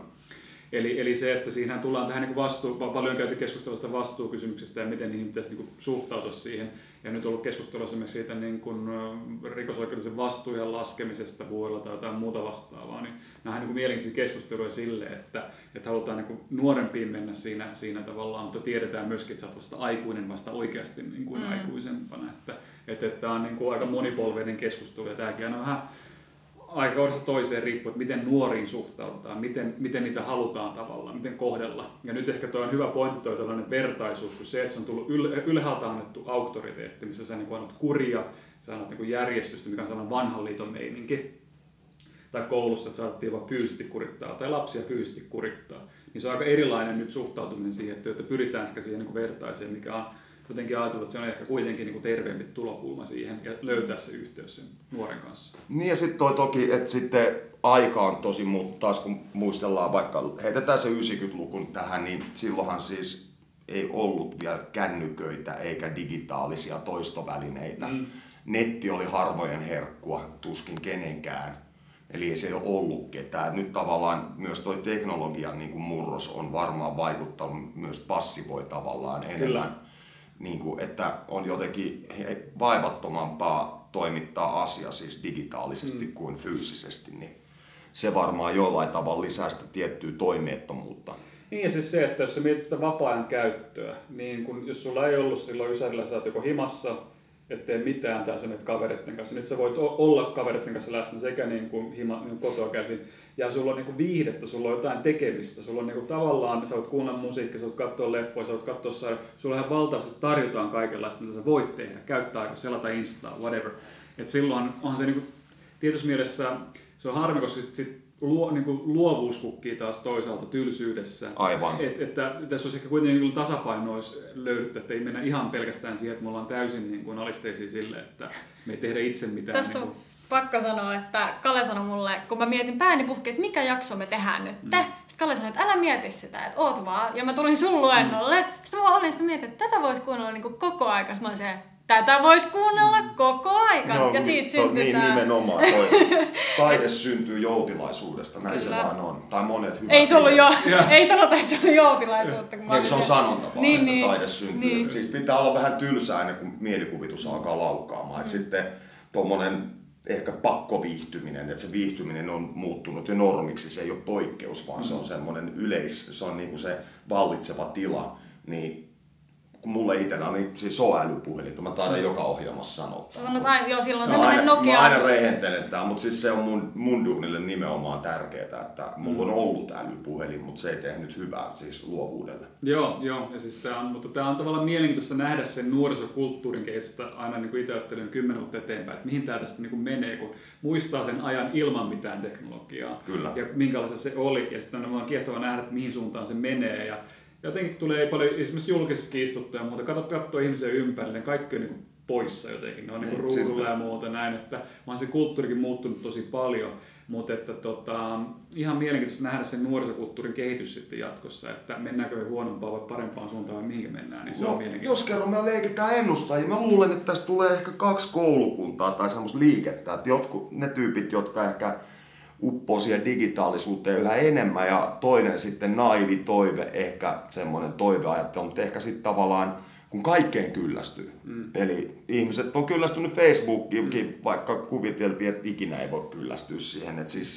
Eli se, että siinähän tullaan tähän niin paljon käyty keskustelua vastuukysymyksistä ja miten niihin pitäisi niin suhtautua siihen. Ja nyt on ollut keskustelua esimerkiksi siitä niin kuin rikosoikeudellisen vastuujen laskemisesta vuodella tai jotain muuta vastaavaa. Niin nämä on niin mielenkiintoisia keskusteluja sille, että halutaan niin kuin nuorempiin mennä siinä tavallaan, mutta tiedetään myöskin, että sä oot vasta aikuinen vasta oikeasti niin kuin aikuisempana. Että tämä on niin kuin aika monipolveinen keskustelu ja tämäkin aina vähän aikaudesta toiseen riippuu, että miten nuoriin suhtaudutaan, miten niitä halutaan tavallaan, miten kohdella. Ja nyt ehkä tuo on hyvä pointti, tuo tällainen vertaisuus, kun se, että se on tullut ylhäältä annettu auktoriteetti, missä sä niin annat kuria, sä annat niin järjestystä, mikä on sellainen vanhan liiton meininki. Tai koulussa, että saatettiin vaan fyysisesti kurittaa, tai lapsia fyysisesti kurittaa. Niin se on aika erilainen nyt suhtautuminen siihen, että pyritään ehkä siihen niin vertaiseen, mikä on jotenkin ajatellut, että se on ehkä kuitenkin niin terveempi tulokulma siihen ja löytää se yhteys sen nuoren kanssa. Niin ja sitten toi toki, että sitten aika on tosi, mutta taas kun muistellaan vaikka, heitetään se 90-luvun tähän, niin silloinhan siis ei ollut vielä kännyköitä eikä digitaalisia toistovälineitä. Netti oli harvojen herkkua, tuskin kenenkään. Eli ei se ole ollut ketään. Nyt tavallaan myös toi teknologian niin kuin murros on varmaan vaikuttanut, myös passivoi tavallaan enemmän. Kyllä. Niin kuin, että on jotenkin vaivattomampaa toimittaa asia siis digitaalisesti kuin fyysisesti, niin se varmaan jollain tavalla lisää sitä tiettyä toimeettomuutta. Niin ja siis se, että jos sä mietit sitä vapaa-ajan käyttöä, niin kun, jos sulla ei ollut silloin ysärillä, sä oot joko himassa, ettei mitään tai sä menet kavereiden kanssa. Nyt sä voit olla kavereiden kanssa läsnä sekä niin kuin kotoa käsin. Ja sulla on niin kuin viihdettä, sulla on jotain tekemistä. Sulla on niin kuin tavallaan, sä voit kuunnella musiikkia, sä voit katsoa leffoja, sä voit katsoa sulla ihan valtavasti tarjotaan kaikenlaista, mitä sä voit tehdä. Käyttää aika selata Instaa, whatever. Et silloin onhan se niin kuin, tietyssä mielessä se on harmi, koska niin kuin luovuus kukkii taas toisaalta tylsyydessä. Aivan. Että tässä olisi ehkä kuitenkin tasapaino löydetty, että ei mennä ihan pelkästään siihen, että me ollaan täysin niin kuin alisteisia sille, että me ei tehdä itse mitään. Tässä on pakko sanoa, että Kale sanoi mulle, kun mä mietin pääni puhki, että mikä jakso me tehdään nyt. Sitten Kale sanoi, että älä mieti sitä, että oot vaan. Ja mä tulin sun luennolle. Sitten mä olin, sitten mietin, että tätä vois kuunnella niin kuin koko aika. Sitten mä olin tätä vois kuunnella koko aika. No, ja siitä syntyy niin nimenomaan. Taide syntyy joutilaisuudesta, näin kyllä. Se vaan on. Tai monet hyvät. Ei sanota, että se oli joutilaisuutta. Kun se on sanonta vaan, niin, että taide syntyy. Niin. Siis pitää olla vähän tylsää ennen kuin mielikuvitus alkaa laukkaamaan. Sitten tuommoinen ehkä pakkoviihtyminen, että se viihtyminen on muuttunut jo normiksi. Se ei ole poikkeus, vaan se on semmoinen se on niinku se vallitseva tila. Niin kun mulle itsellä on siis älypuhelin, mä taidan joka ohjelmassa sanoa. Joo, silloin semmoinen Nokia. Mä aina rehentelen tää, mutta siis se on mun duunille nimenomaan tärkeää, että mulla on ollut älypuhelin, mutta se ei tehnyt hyvää siis luovuudelle. Joo, ja siis mutta tää on tavallaan mielenkiintoista nähdä sen nuorisokulttuurin kehitystä aina niin kuin itse ajattelen 10 vuotta eteenpäin, että mihin tää tästä niin kuin menee, kun muistaa sen ajan ilman mitään teknologiaa. Kyllä. Ja minkälaista se oli, ja sitten on vaan kiehtova nähdä, että mihin suuntaan se menee. jotenkin tulee paljon esimerkiksi julkisesti istuttua ja muuta, katsoo ihmisiä ympärille, kaikki on niin kuin poissa jotenkin, ne on niin ruusulla ja muuta näin, että vaan se kulttuurikin muuttunut tosi paljon, mutta että ihan mielenkiintoista nähdä sen nuorisokulttuurin kehitys sitten jatkossa, että mennäänkö me huonompaan vai parempaan suuntaan vai mihinkä mennään, niin se on mielenkiintoista. Jos kerran me leikitään ennustajia, mä luulen, että tästä tulee ehkä 2 koulukuntaa tai semmoista liikettä, että ne tyypit, jotka ehkä uppoo siihen digitaalisuuteen yhä enemmän ja toinen sitten naivi toive, ehkä semmoinen toiveajattelu, mutta ehkä sitten tavallaan kun kaikkeen kyllästyy. Eli ihmiset on kyllästynyt Facebookiinkin, vaikka kuviteltiin, että ikinä ei voi kyllästyä siihen.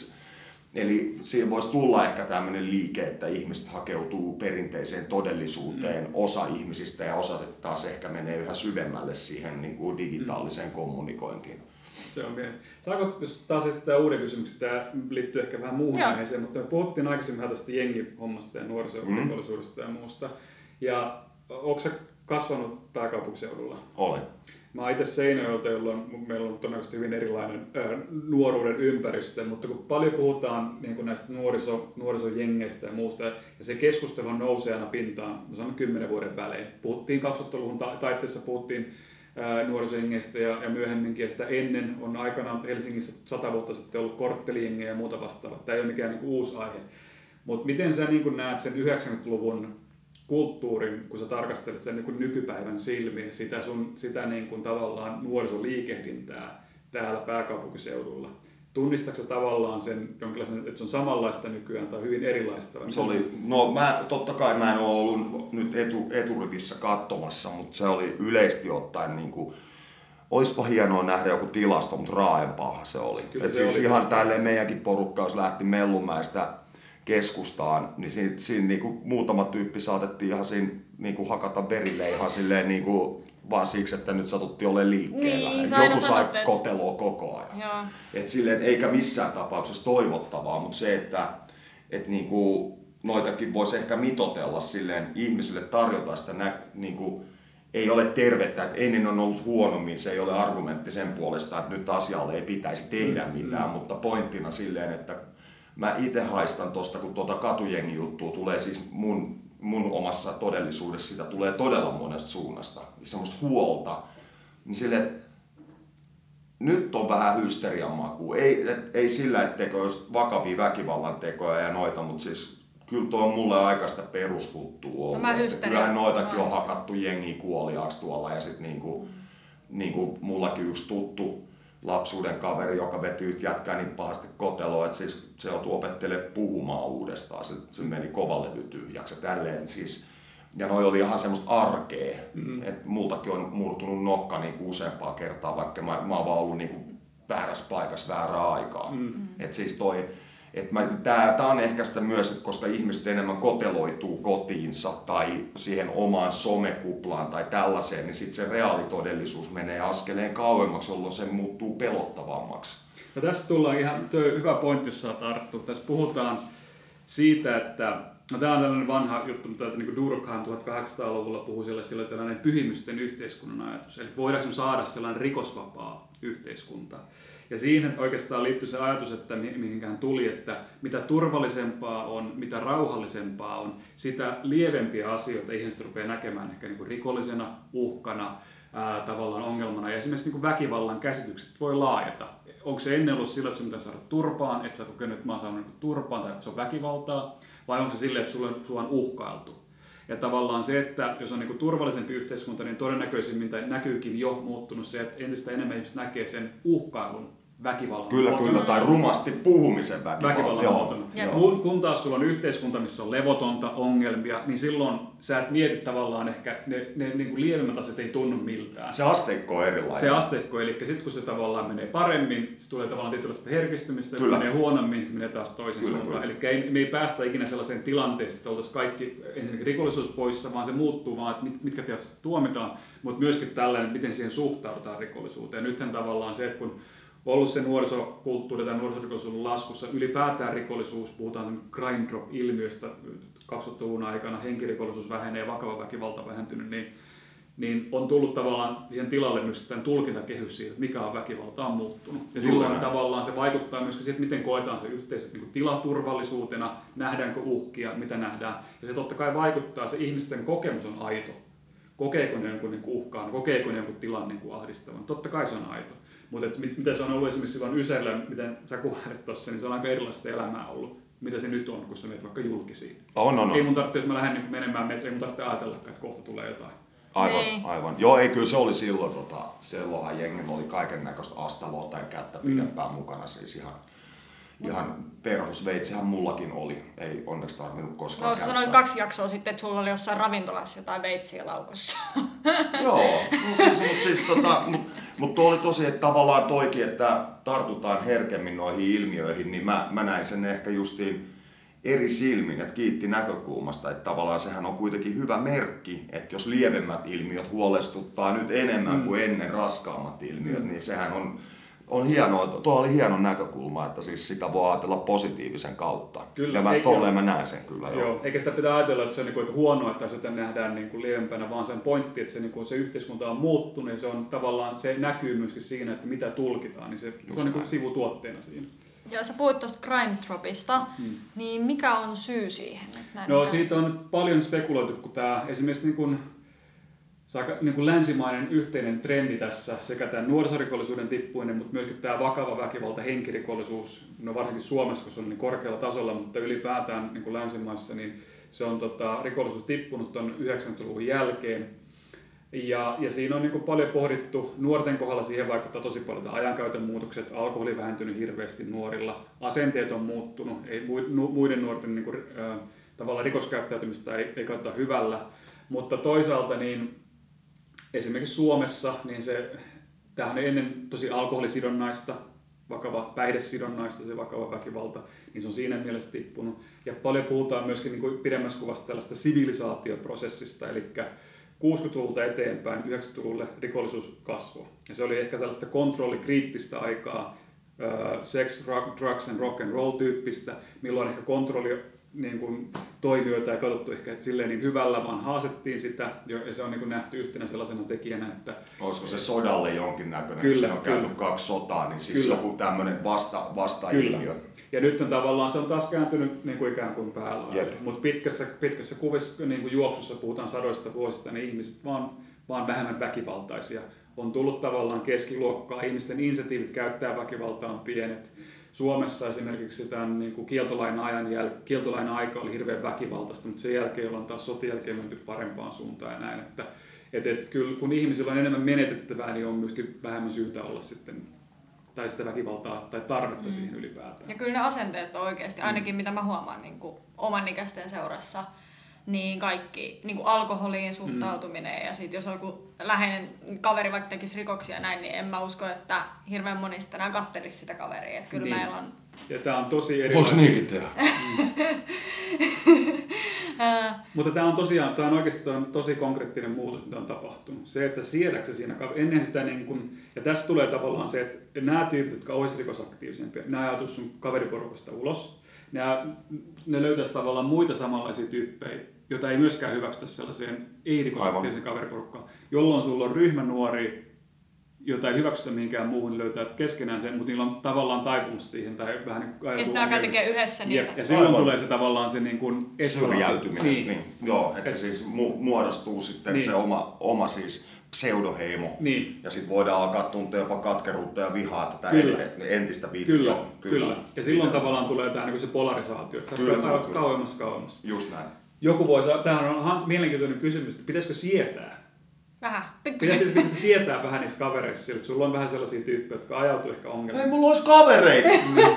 Eli siihen voisi tulla ehkä tämmöinen liike, että ihmiset hakeutuu perinteiseen todellisuuteen, osa ihmisistä ja osa taas ehkä menee yhä syvemmälle siihen niin kuin digitaaliseen kommunikointiin. Se on mielenkiintoista. Saanko taas esittää uuden kysymyksen? Tämä liittyy ehkä vähän muuhun aiheeseen, mutta me puhuttiin aikaisemmin tästä jengihommasta ja nuorisorikollisuudesta ja muusta. Ja onko sä kasvanut pääkaupunkiseudulla? Olen. Mä oon itse Seinäjoelta, jolloin meillä on todennäköisesti hyvin erilainen nuoruuden ympäristö, mutta kun paljon puhutaan niin kuin näistä nuorisojengeistä ja muusta, ja se keskustelu nousee aina pintaan, mä sanon 10 vuoden välein. Puhuttiin 2000-luvun taitteessa, puhuttiin nuorisojengeistä ja myöhemminkin, ja sitä ennen on aikanaan Helsingissä 100 vuotta sitten ollut korttelijengejä ja muuta vastaavaa. Tämä ei ole mikään niin kuin uusi aihe. Mutta miten sä niin kuin näet sen 90-luvun kulttuurin, kun sä tarkastelet sen niin kuin nykypäivän silmiin, sitä niin kuin tavallaan nuorisoliikehdintää täällä pääkaupunkiseudulla? Tunnistatko sä tavallaan sen jonkinlaisen, että se on samanlaista nykyään tai hyvin erilaista? Se oli, totta kai mä en ole ollut nyt eturivissä katsomassa, mutta se oli yleisesti ottaen niin kuin, oispa hienoa nähdä joku tilasto, mutta raaempaahan se oli. Kyllä, se siis oli ihan tälleen meidänkin porukka, jos lähti Mellunmäestä keskustaan, niin siinä niinku muutama tyyppi saatettiin ihan siinä niinku hakata verille ihan silleen niinku vaan siksi, että nyt satuttiin olemaan liikkeellä. Niin, joku sai koteloa koko ajan. Et silleen, eikä missään tapauksessa toivottavaa, mutta se, että niinku noitakin voisi ehkä mitotella silleen ihmisille tarjota sitä niinku, ei ole tervettä, että ennen on ollut huonommin, se ei ole argumentti sen puolesta, että nyt asialle ei pitäisi tehdä mitään, mutta pointtina silleen, että mä itse haistan tosta, kun katujengijuttua tulee siis mun omassa todellisuudessa, sitä tulee todella monesta suunnasta, semmoista huolta, niin silleen, nyt on vähän hysterian maku. Ei sillä, etteikö olisi vakavia väkivallan tekoja ja noita, mutta siis kyllä tuo on mulle aikaista perushuttua ollut. Kyllähän noitakin on hakattu jengi kuoliaaksi tuolla ja sitten niinku mullakin yksi tuttu lapsuuden kaveri, joka veti yhtä jätkää niin pahasti koteloa, että siis se joutui opettelemaan puhumaan uudestaan. Se meni kovalevy tyhjäksi ja tälleen. Siis, ja noi oli ihan semmoista arkea. Että multakin on murtunut nokka niin useampaa kertaa, vaikka mä oon vaan ollut niin väärässä paikassa väärää aikaa. Että siis tää on ehkä sitä myös, että koska ihmiset enemmän koteloituu kotiinsa tai siihen omaan somekuplaan tai tällaiseen, niin sitten se reaalitodellisuus menee askeleen kauemmaksi, jolloin se muuttuu pelottavammaksi. No tässä tullaan ihan hyvä pointti, jos saa tarttua. Tässä puhutaan siitä, että tämä on tällainen vanha juttu, mutta niin Durkheim 1800-luvulla puhui sillä tällainen pyhimysten yhteiskunnan ajatus. Eli voidaanko saada sellainen rikosvapaa yhteiskunta. Ja siihen oikeastaan liittyy se ajatus, että mihinkään tuli, että mitä turvallisempaa on, mitä rauhallisempaa on, sitä lievempiä asioita ihmiset rupeaa näkemään ehkä niin kuin rikollisena, uhkana, tavallaan ongelmana. Ja esimerkiksi niin kuin väkivallan käsitykset voi laajata. Onko se ennen ollut sillä, että sun pitää saada turpaan, että sä kokenut, että mä oon saanut turpaan tai että se on väkivaltaa, vai onko se sillä, että sua on uhkailtu? Ja tavallaan se, että jos on niin kuin turvallisempi yhteiskunta, niin todennäköisimmin tai näkyykin jo muuttunut se, että entistä enemmän ihmiset näkee sen uhkailun väkivallan. Kyllä, tai rumasti puhumisen väkivallan. Kun taas sulla on yhteiskunta, missä on levotonta, ongelmia, niin silloin sä et mieti tavallaan ehkä, ne niin kuin lievemmät asiat ei tunnu miltään. Se asteikko on erilainen. Se asteikko, eli sitten kun se tavallaan menee paremmin, se tulee tavallaan tietynlaista herkistymistä, ja menee huonommin, se menee taas toisen suuntaan. Eli me ei päästä ikinä sellaiseen tilanteeseen, että oltaisiin kaikki ensinnäkin rikollisuus poissa, vaan se muuttuu vaan, että mitkä teot tuomitaan, mutta myöskin tällainen, miten siihen suhtaudutaan rikollisuuteen. Nythän tavallaan se, että kun ollut se nuorisokulttuuri tai nuorisorikollisuuden laskussa, ylipäätään rikollisuus, puhutaan crime drop-ilmiöstä 2000-luvun aikana, henkirikollisuus vähenee, vakava väkivalta vähentynyt, niin niin on tullut tavallaan siihen tilalle myös tämän tulkintakehys siitä, että mikä on väkivalta on muuttunut. Ja silloin tavallaan se vaikuttaa myös siihen, että miten koetaan se yhteisö niin tilaturvallisuutena, nähdäänkö uhkia, mitä nähdään. Ja se totta kai vaikuttaa, se ihmisten kokemus on aito. Kokeeko ne jonkun uhkaan, kokeeko ne jonkun tilan ahdistavan. Totta kai se on aito. Mutta mitä se on ollut esimerkiksi silloin Ysärillä, miten sä kuvailet tuossa, niin se on aika erilaista elämää ollut. Mitä se nyt on, kun sä menet vaikka julkisiin. On. Ei mun tarvitse, jos mä lähden menemään metriin, mun tarvitse ajatella, että kohta tulee jotain. Aivan. Joo, ei kyllä se oli silloin, silloinhan jengen oli kaiken näköistä astaloa tai kättä pidempään mukana, siis ihan perhosveitsihän mullakin oli, ei onneksi tarvinnut koskaan käyttää. Sanoin 2 jaksoa sitten, että sulla oli jossain ravintolassa jotain veitsiä laukossa. Joo, mutta oli tosi, että tavallaan toikin, että tartutaan herkemmin noihin ilmiöihin, niin mä näin sen ehkä justiin eri silmin, että kiitti näkökulmasta, että tavallaan sehän on kuitenkin hyvä merkki, että jos lievemmät ilmiöt huolestuttaa nyt enemmän kuin ennen raskaammat ilmiöt, niin sehän on hienoa, tuo oli hieno näkökulma, että siis sitä voi ajatella positiivisen kautta. Kyllä, ja mä näen sen kyllä. Joo. Eikä sitä pitää ajatella, että se on että huonoa, että sitä nähdään lievempänä, vaan sen pointti, että se yhteiskunta on muuttunut ja se on tavallaan, se näkyy myöskin siinä, että mitä tulkitaan, niin se on sivutuotteena siinä. Ja sä puhuit tuosta Crime Tropista, niin mikä on syy siihen? Siitä on paljon spekuloitu, kun tämä esimerkiksi länsimainen yhteinen trendi tässä, sekä tämä nuorisorikollisuuden tippuinen, mutta myöskin tämä vakava väkivalta, henkirikollisuus, no varsinkin Suomessa, kun se on niin korkealla tasolla, mutta ylipäätään niin kuin länsimaissa, niin se on rikollisuus tippunut tuon 90-luvun jälkeen. Ja siinä on niin kuin paljon pohdittu, nuorten kohdalla siihen vaikuttaa tosi paljon ajankäytön muutokset, alkoholi vähentynyt hirveästi nuorilla, asenteet on muuttunut, ei, muiden nuorten niin kuin, tavallaan rikoskäyttäytymistä ei katsota hyvällä, mutta toisaalta niin esimerkiksi Suomessa niin tämähän on ennen tosi alkoholisidonnaista, vakava päihdesidonnaista se vakava väkivalta, niin se on siinä mielessä tippunut. Ja paljon puhutaan myöskin niin kuin pidemmässä kuvassa tällaista sivilisaatioprosessista, eli 60-luvulta eteenpäin 90-luvulle rikollisuus kasvoi. Ja se oli ehkä tällaista kontrollikriittistä aikaa, sex, drugs and rock and roll -tyyppistä, milloin ehkä kontrolli niin kuin toimijoita ei katsottu ehkä silleen niin hyvällä, vaan haasettiin sitä, ja se on niin kuin nähty yhtenä sellaisena tekijänä, että olisiko se sodalle jonkinnäköinen, kun siinä on käyty 2 sotaa, niin siis joku tämmöinen vastailmiö. Ja nyt on tavallaan, se on taas kääntynyt niin kuin ikään kuin päällä. Mutta pitkässä kuvassa niin kuin juoksussa puhutaan sadoista vuosista, niin ihmiset vaan vähemmän väkivaltaisia. On tullut tavallaan keskiluokkaa, ihmisten insentiivit käyttää väkivaltaa on pienet. Suomessa esimerkiksi tämän niin kuin kieltolain aika oli hirveän väkivaltaista, mutta sen jälkeen ollaan taas sotien jälkeen menty parempaan suuntaan ja näin. Että kyllä kun ihmisillä on enemmän menetettävää, niin on myöskin vähemmän syytä olla sitten tai sitä väkivaltaa tai tarvetta siihen ylipäätään. Ja kyllä ne asenteet on oikeasti, ainakin mitä mä huomaan niin kuin oman ikäisten seurassa, niin kaikki niin kuin alkoholiin suhtautuminen ja sitten jos joku läheinen kaveri vaikka tekisi rikoksia näin, niin en mä usko, että hirveän moni sitten enää kattelisi sitä kaveria. Että kyllä niin. Meillä on... Ja tää on tosi erilainen. Voiko niinkin tehdä? Mutta tämä on oikeasti tosi konkreettinen muutos, mitä on tapahtunut. Se, että siedäksä siinä, ennen sitä niin kun, ja tässä tulee tavallaan se, että nämä tyypit, jotka olisivat rikosaktiivisempia, ne ajautuisi sun kaveriporukasta ulos. Ne löytäisi tavallaan muita samanlaisia tyyppejä, joita ei myöskään hyväksytä sellaiseen ei-rikosaktiivisen kaveriporukkaan, jolloin sulla on ryhmä nuoria, jota ei hyväksytä mihinkään muuhun, löytää keskenään sen, mutta niillä on tavallaan taipumus siihen. Tai vähän niin kuin ja sitä alkaa tekee yhdessä. Ja silloin tulee se tavallaan se niin kuin syrjäytyminen. Niin. Joo, että se siis muodostuu sitten se oma siis pseudoheimo. Niin. Ja sitten voidaan alkaa tuntea jopa katkeruutta ja vihaa tätä entistä viittoa. Kyllä. Ja silloin tavallaan tulee tämä niin se polarisaatio, että sä pääset kauemmas. Just näin. Joku voi sanoa, tämähän on mielenkiintoinen kysymys, että pitäisikö sietää? Vähän, pikkusen. Pitäisikö sietää vähän niissä kavereissa sillä, että sulla on vähän sellaisia tyyppejä, jotka ajautuu ehkä ongelmiin. Ei mulla olisi kavereita!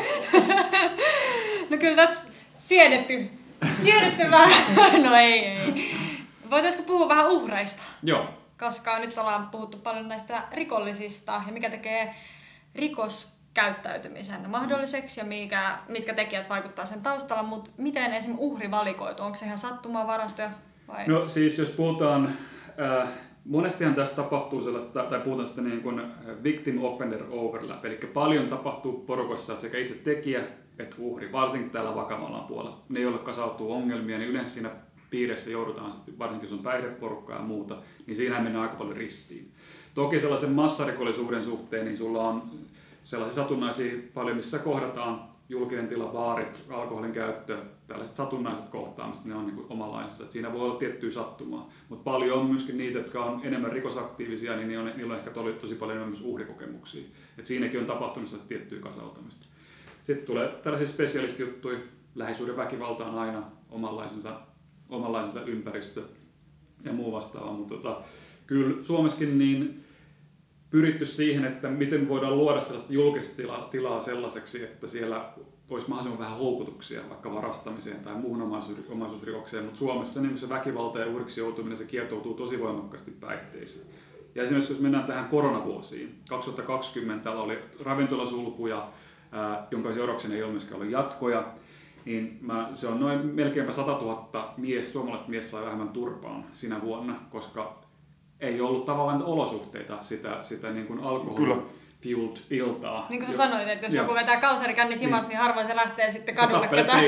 No kyllä tässä siedetty vähän. No ei. Voitaisiko puhua vähän uhreista? Joo. Koska nyt ollaan puhuttu paljon näistä rikollisista ja mikä tekee rikoskäyttäytymisen mahdolliseksi ja mitkä tekijät vaikuttaa sen taustalla, mutta miten esimerkiksi uhri valikoituu? Onko se ihan sattumanvaraista vai? No siis jos puhutaan, monestihan tässä tapahtuu sellaista, tai puhutaan sitä niin kuin victim offender overlap, eli paljon tapahtuu porukoissa, että sekä itse tekijä että uhri, varsinkin täällä vakavalla puolella. Ne, joille kasautuu ongelmia, niin yleensä siinä piirissä joudutaan, varsinkin jos on päihdeporukkaa ja muuta, niin siinähän mennään aika paljon ristiin. Toki sellaisen massarikollisuuden suhteen, niin sulla on sellaisia satunnaisia paljon, missä kohdataan julkinen tila, baarit, alkoholin käyttö, tällaiset satunnaiset kohtaamiset, ne on niin kuin omanlaisensa. Että siinä voi olla tiettyä sattumaa, mutta paljon on myöskin niitä, jotka on enemmän rikosaktiivisia, niin niillä on ehkä tosi paljon enemmän myös uhrikokemuksia. Et siinäkin on tapahtunut tiettyä kasautumista. Sitten tulee tällaisia spesialistijuttuja, lähisuuden väkivalta on aina omanlaisensa ympäristö ja muu vastaava, mutta kyllä Suomessakin niin pyritty siihen, että miten voidaan luoda sellaista julkista tilaa sellaiseksi, että siellä olisi mahdollisimman vähän houkutuksia vaikka varastamiseen tai muuhun omaisuusrikokseen, mutta Suomessa niin se väkivalta ja uhriksi joutuminen se kietoutuu tosi voimakkaasti päihteisiin. Ja esimerkiksi jos mennään tähän koronavuosiin, 2020 täällä oli ravintolasulkuja, jonka seurauksena ei ole myöskään ollut jatkoja, niin se on noin melkeinpä 100 000 suomalaista mies sai vähemmän turpaan sinä vuonna, koska ei ollut tavallaan olosuhteita sitä niin kuin alkohol-fueled iltaa. Niin kuin sä sanoit, että jos joku vetää kalsarikännit himasta, niin harvoin se lähtee sitten kadulle ketään.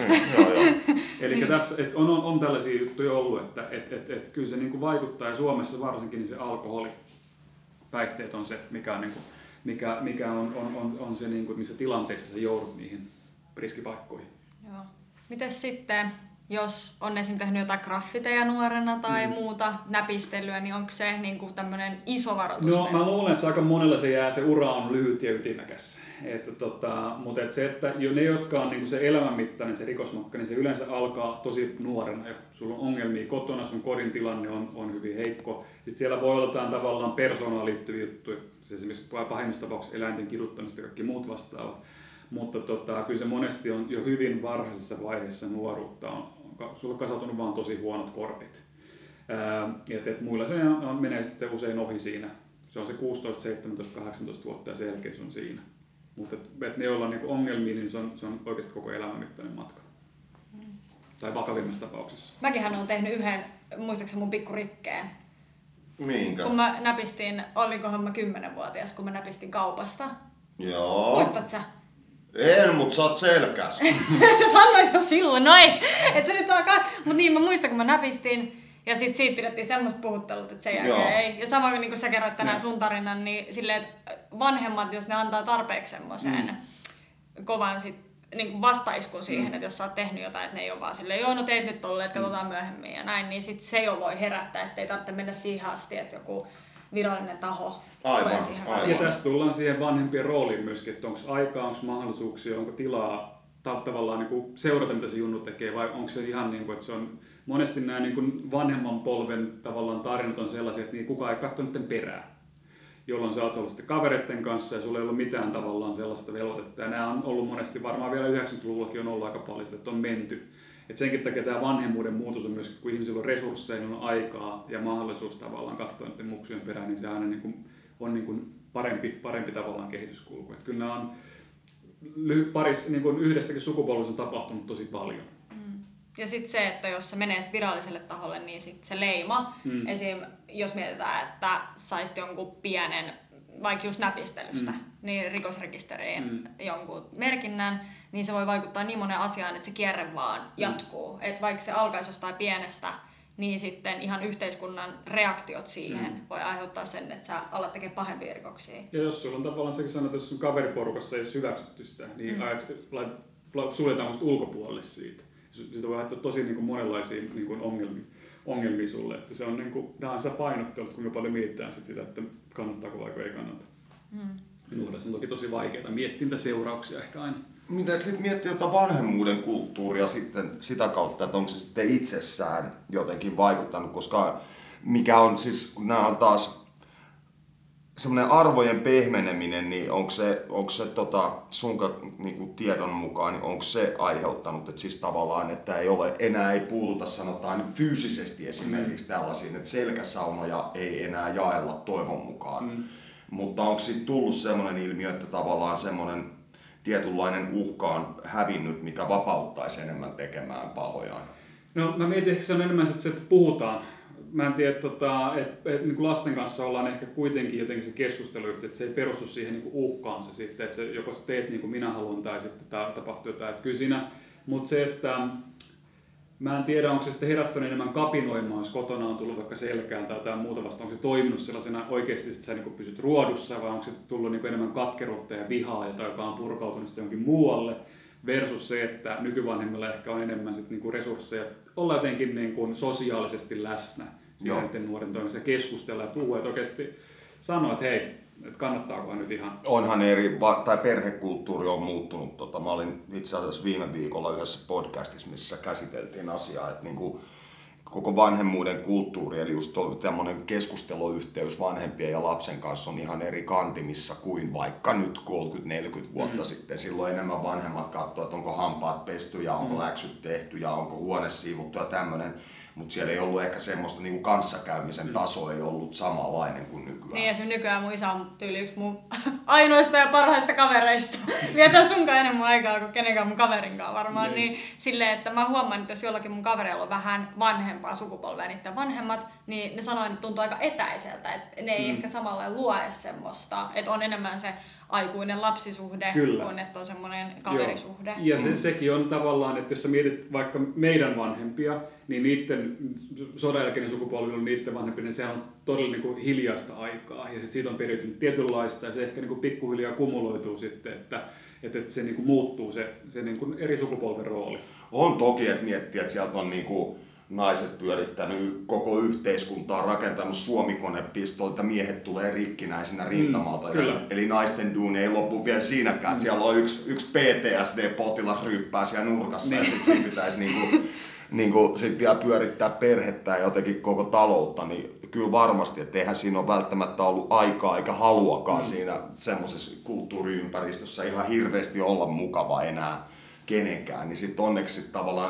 Eli tässä on tällaisia juttuja ollut, että kyllä se niin kuin vaikuttaa, ja Suomessa varsinkin niin se alkoholi, päihteet on se, mikä on se, niin kuin, missä tilanteessa sä joudut niihin riskipaikkoihin. Joo. Mites sitten, jos on esimerkiksi tehnyt jotain graffiteja nuorena tai muuta näpistelyä, niin onko se niin kuin tämmöinen iso varoitus? No mä luulen, että aika monella se ura on lyhyt ja ytimekäs. Mutta se, että ne, jotka on niin kuin se elämänmittainen, se rikosmatka, niin se yleensä alkaa tosi nuorena. Sulla on ongelmia kotona, sun kodin tilanne on hyvin heikko. Sitten siellä voi olla tavallaan persoonaan liittyviä juttuja, esimerkiksi pahimmissa tapauksissa eläinten kiduttamista ja kaikki muut vastaavat. Mutta kyllä se monesti on jo hyvin varhaisessa vaiheessa nuoruutta. Sulla on kasautunut vaan tosi huonot kortit. Muilla se menee sitten usein ohi siinä. Se on se 16, 17, 18 vuotta ja sen jälkeen se on siinä. Mutta ne, joilla on niinku ongelmia, niin se on oikeasti koko elämän mittainen matka. Tai vakavimmassa tapauksessa. Mäkinhän olen tehnyt yhden, muistaakseni mun pikkurikkeen. Minkä? Kun mä näpistin, olikohan mä 10-vuotias, kun mä näpistin kaupasta. Joo. Muistat sä? En, mut sä oot selkäs. Sä sanoit jo silloin, noin. Et se nyt alkaa. Mut niin, mä muistan, kun mä näpistin. Ja sit siitä pidettiin semmoista puhuttelut, että sen jälkeen ei. Ja samoin niin kuin sä kerroit tänään sun tarinan, niin silleen, että vanhemmat, jos ne antaa tarpeeksi semmoisen kovan niin vastaiskun siihen, että jos sä oot tehnyt jotain, että ne ei ole vaan silleen, joo, no teit nyt tolleen, että katsotaan myöhemmin ja näin, niin sit se jo voi herättää, ettei tarvitse mennä siihen asti, että joku virallinen taho tulee siihen. Ja tässä tullaan siihen vanhempien rooliin myöskin, että onko aikaa, onko mahdollisuuksia, onko tilaa tavallaan niin kuin seurata, mitä se junnu tekee, vai onko se ihan niin kuin, että se on monesti nämä niin kuin vanhemman polven tavallaan tarinat on sellaisia, että niin kukaan ei katso niiden perään, jolloin sä oot ollut sitten kavereiden kanssa ja sulla ei ollut mitään tavallaan sellaista velvoitetta. Ja nämä on ollut monesti, varmaan vielä 90-luvullakin on ollut aika paljon sitä, että on menty. Et senkin takia tämä vanhemmuuden muutos on myös, kun ihmisillä on resursseja, niin on aikaa ja mahdollisuus tavallaan katsoa niiden muksujen perään, niin se aina niin kuin on niin kuin parempi tavallaan kehityskulku. Et kyllä nämä on niin kuin yhdessäkin sukupolvissa on tapahtunut tosi paljon. Ja sitten se, että jos se menee viralliselle taholle, niin sit se leima, esim. Jos mietitään, että saisit jonkun pienen, vaikka just näpistelystä, niin rikosrekisteriin jonkun merkinnän, niin se voi vaikuttaa niin monen asiaan, että se kierre vaan jatkuu. Että vaikka se alkaisi jostain pienestä, niin sitten ihan yhteiskunnan reaktiot siihen voi aiheuttaa sen, että sä alat tekemään pahempia rikoksia. Ja jos sulla on tavallaan sekin sanoo, että jos sun kaveriporukassa ei edes hyväksytty sitä, niin suljetaan musta ulkopuolelle siitä. Siitä voi haittaa tosi niin kuin monenlaisia niin kuin ongelmia sulle. Että se on, niin kuin, tämä on sitä painottelua, kuinka paljon mietitään sitä, että kannattaako vai ei kannata. Nuoressa on toki tosi vaikeaa miettiä niitä seurauksia ehkä aina. Miten sitten miettii jotain vanhemmuuden kulttuuria sitten sitä kautta, että onko se sitten itsessään jotenkin vaikuttanut, koska mikä on siis, nämä on taas semmoinen arvojen pehmeneminen, niin onko se sun niinku tiedon mukaan, niin onko se aiheuttanut, että siis tavallaan, että enää ei puututa sanotaan fyysisesti esimerkiksi tällaisiin, että selkäsaunoja ei enää jaella toivon mukaan. Mutta onko siitä tullut semmoinen ilmiö, että tavallaan semmoinen tietynlainen uhka on hävinnyt, mikä vapauttaisi enemmän tekemään pahojaan? No mä mietin, että se on enemmän se, että puhutaan. Mä en tiedä, että niin kuin lasten kanssa ollaan ehkä kuitenkin jotenkin se keskustelu, että se ei perustu siihen niin kuin uhkaan se sitten, että se, joko sä teet niin kuin minä haluan tai sitten tapahtuu jotain. Että kyllä siinä, mutta se, että Mä en tiedä, onko se sitten herättänyt enemmän kapinoimaan, jos kotona on tullut vaikka selkään tai jotain muuta vasta. Onko se toiminut sellaisena oikeasti, että sä niin pysyt ruodussa, vai onko se tullut niin enemmän katkeruutta ja vihaa, joka on purkautunut sitten jonkin muualle, versus se, että nykyvanhemmilla ehkä on enemmän sit niin resursseja olla jotenkin niin sosiaalisesti läsnä niiden nuoren toiminnassa, keskustella ja puhua, että oikeasti sanoa, että hei, että kannattaakohan nyt ihan. Onhan tai perhekulttuuri on muuttunut. Mä olin itse asiassa viime viikolla yhdessä podcastissa, missä käsiteltiin asiaa, että niinku koko vanhemmuuden kulttuuri, eli just tämmöinen keskusteluyhteys vanhempien ja lapsen kanssa on ihan eri kantimissa kuin vaikka nyt 30-40 vuotta sitten. Silloin enemmän vanhemmat katsoo, että onko hampaat pesty ja onko läksyt tehty ja onko huone siivuttu ja tämmöinen. Mutta siellä ei ollut ehkä semmoista niinku kanssakäymisen taso ei ollut samanlainen kuin nykyään. Niin ja se nykyään mun isä on tyyli yksi mun ainoista ja parhaista kavereista. Vietän sunkaan enemmän aikaa kuin kenenkään mun kaverinkaan varmaan. Niin silleen, että mä huomaan, että jos jollakin mun kavereilla on vähän vanhempaa sukupolvea, niiden vanhemmat, niin ne sanoo, että tuntuu aika etäiseltä. Että ne ei ehkä samalla lue semmoista. Että on enemmän se aikuinen lapsisuhde kuin että on semmoinen kaverisuhde. Joo. Ja sekin on tavallaan, että jos sä mietit vaikka meidän vanhempia, niin niiden sodan jälkeinen sukupolvi on niiden vanhempia, niin se on todella niin kuin hiljaista aikaa. Ja sitten siitä on periytynyt tietynlaista ja se ehkä niin kuin pikkuhiljaa kumuloituu sitten, että se niin kuin muuttuu se niin kuin eri sukupolven rooli. On toki, että miettii, että sieltä on niin kuin naiset pyörittänyt koko yhteiskuntaa, rakentanut Suomikone-pistoolta, miehet tulee rikkinäisinä rintamalta. Eli naisten duuni ei lopu vielä siinäkään, että siellä on yksi PTSD-potilas ryppää siellä nurkassa ja sitten siinä pitäisi sit vielä pyörittää perhettä ja jotenkin koko taloutta, niin kyllä varmasti, että eihän siinä ole välttämättä ollut aikaa eikä haluakaan siinä semmoisessa kulttuuriympäristössä ihan hirveästi olla mukava enää kenenkään, niin sitten onneksi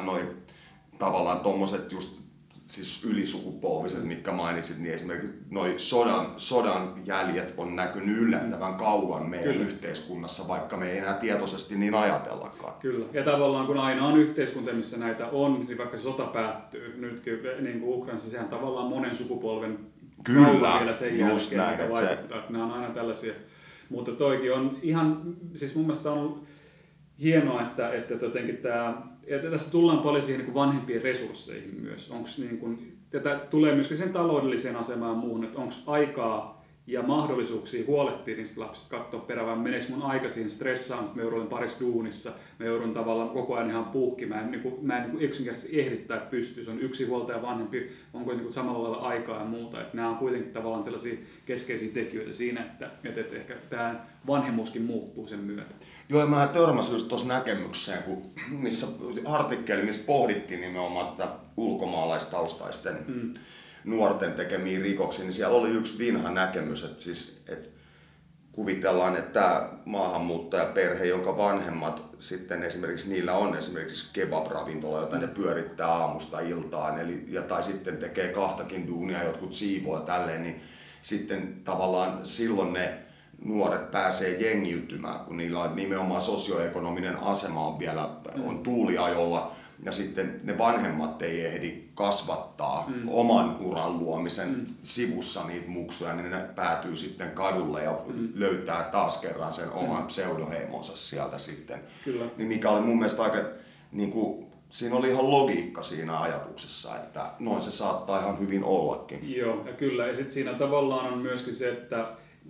tavallaan tommoset just siis ylisukupolviset, mitkä mainitsit, niin esimerkiksi noi sodan jäljet on näkynyt yllättävän kauan meidän yhteiskunnassa, vaikka me ei enää tietoisesti niin ajatellakaan. Kyllä. Ja tavallaan kun aina on yhteiskunta, missä näitä on, niin vaikka se sota päättyy, nytkin niin kuin Ukrainassa, sehän tavallaan monen sukupolven vielä sen jälkeen, näin, että vaikuttaa, että nämä on aina tällaisia. Mutta toikin on ihan, siis mun mielestä on hienoa, että jotenkin ja tässä tullaan paljon siihen niin kuin vanhempien resursseihin myös. Onks niin kuin, tätä tulee myöskin sen taloudelliseen asemaan ja muuhun, että onko aikaa ja mahdollisuuksia huolehtia niistä lapsista, katsoa perään, vai meneekö mun aika siihen stressaan, että mä joudun parissa duunissa, mä joudun tavallaan koko ajan ihan puhki, mä en yksinkertaisesti ehdi tai pysty, se on yksinhuoltaja vanhempi, onko niin kuin samalla lailla aikaa ja muuta, että nämä on kuitenkin tavallaan sellaisia keskeisiä tekijöitä siinä, että ehkä tämä vanhemmuuskin muuttuu sen myötä. Joo, ja mä törmäsin just tuossa näkemykseen, missä pohdittiin nimenomaan tätä ulkomaalaistaustaisten nuorten tekemiä rikoksia, niin siellä oli yksi vinha näkemys, että kuvitellaan, että maahanmuuttajaperhe, jonka vanhemmat sitten esimerkiksi niillä on esimerkiksi kebab-ravintola, jota ne pyörittää aamusta iltaan, tai sitten tekee kahtakin duunia, jotkut siivoo ja tälleen, niin sitten tavallaan silloin ne nuoret pääsee jengiytymään, kun niillä on nimenomaan sosioekonominen asema on tuuliajolla, ja sitten ne vanhemmat ei ehdi kasvattaa oman uran luomisen sivussa niitä muksuja, niin ne päätyy sitten kadulle ja löytää taas kerran sen oman pseudoheimonsa sieltä sitten. Kyllä. Niin mikä oli mun mielestä aika, niin kuin, siinä oli ihan logiikka siinä ajatuksessa, että noin se saattaa ihan hyvin ollakin. Joo, ja kyllä. Ja sitten siinä tavallaan on myöskin se, että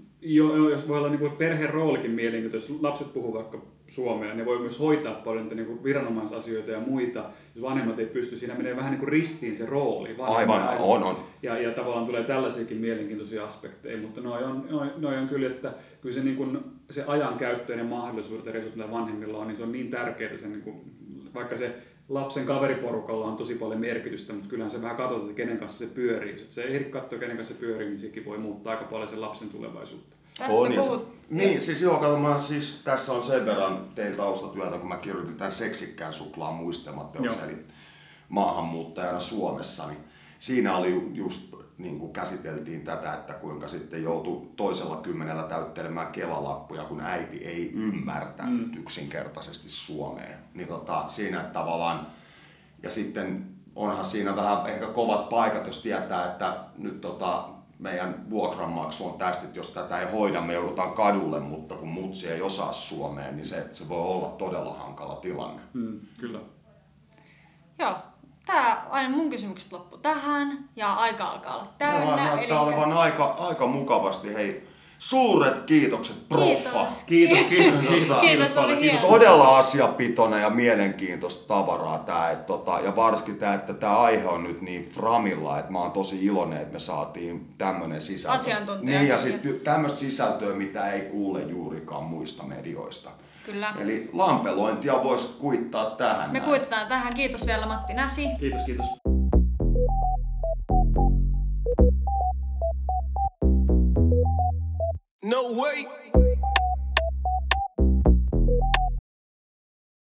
jos voi olla niin perheen roolikin mielenkiintoista, jos lapset puhuu vaikka suomea, ne voi myös hoitaa paljon niin viranomaisasioita ja muita. Jos vanhemmat ei pysty, siinä menee vähän niin kuin ristiin se rooli. Aivan, on. Ja tavallaan tulee tällaisiakin mielenkiintoisia aspekteja, mutta noi on kyllä, että kyllä se, niin kuin, se ajankäyttö ja mahdollisuudet ja resurssit, mitä vanhemmilla on, niin se on niin tärkeää, se, niin kuin, vaikka se lapsen kaveriporukalla on tosi paljon merkitystä, mutta kyllähän se vähän katsotaan, että kenen kanssa se pyörii. Jos et se ehdi katsoa, kenen kanssa se pyörii, niin sekin voi muuttaa aika paljon sen lapsen tulevaisuutta. Niin, siis tässä on sen verran tein taustatyötä, kun mä kirjoitin tämän seksikkään suklaan muistelmateoksen, eli maahanmuuttajana Suomessa, niin siinä oli just niin kuin käsiteltiin tätä, että kuinka sitten joutui toisella 10 täyttelemään Kela-lappuja, kun äiti ei ymmärtänyt yksinkertaisesti suomea. Niin siinä tavallaan, ja sitten onhan siinä vähän ehkä kovat paikat, jos tietää, että nyt meidän vuokranmaksu on tästä, että jos tätä ei hoida, me joudutaan kadulle, mutta kun mutsi ei osaa suomea, niin se voi olla todella hankala tilanne. Kyllä. Joo, aina mun kysymykset loppu tähän ja aika alkaa olla täynnä. Näyttää olevan aika mukavasti. Hei, suuret kiitokset, proffa. Kiitos, oli hieno. Todella asiapitoinen ja mielenkiintoista tavaraa tää. Ja varsinkin että tää aihe on nyt niin framilla, että mä oon tosi iloinen, että me saatiin tämmönen sisältö. Asiantuntija. Niin, ja sitten tämmöistä sisältöä, mitä ei kuule juurikaan muista medioista. Kyllä. Eli lampelointia voisi kuittaa tähän. Me kuitataan tähän. Kiitos vielä Matti Näsi. Kiitos. No way.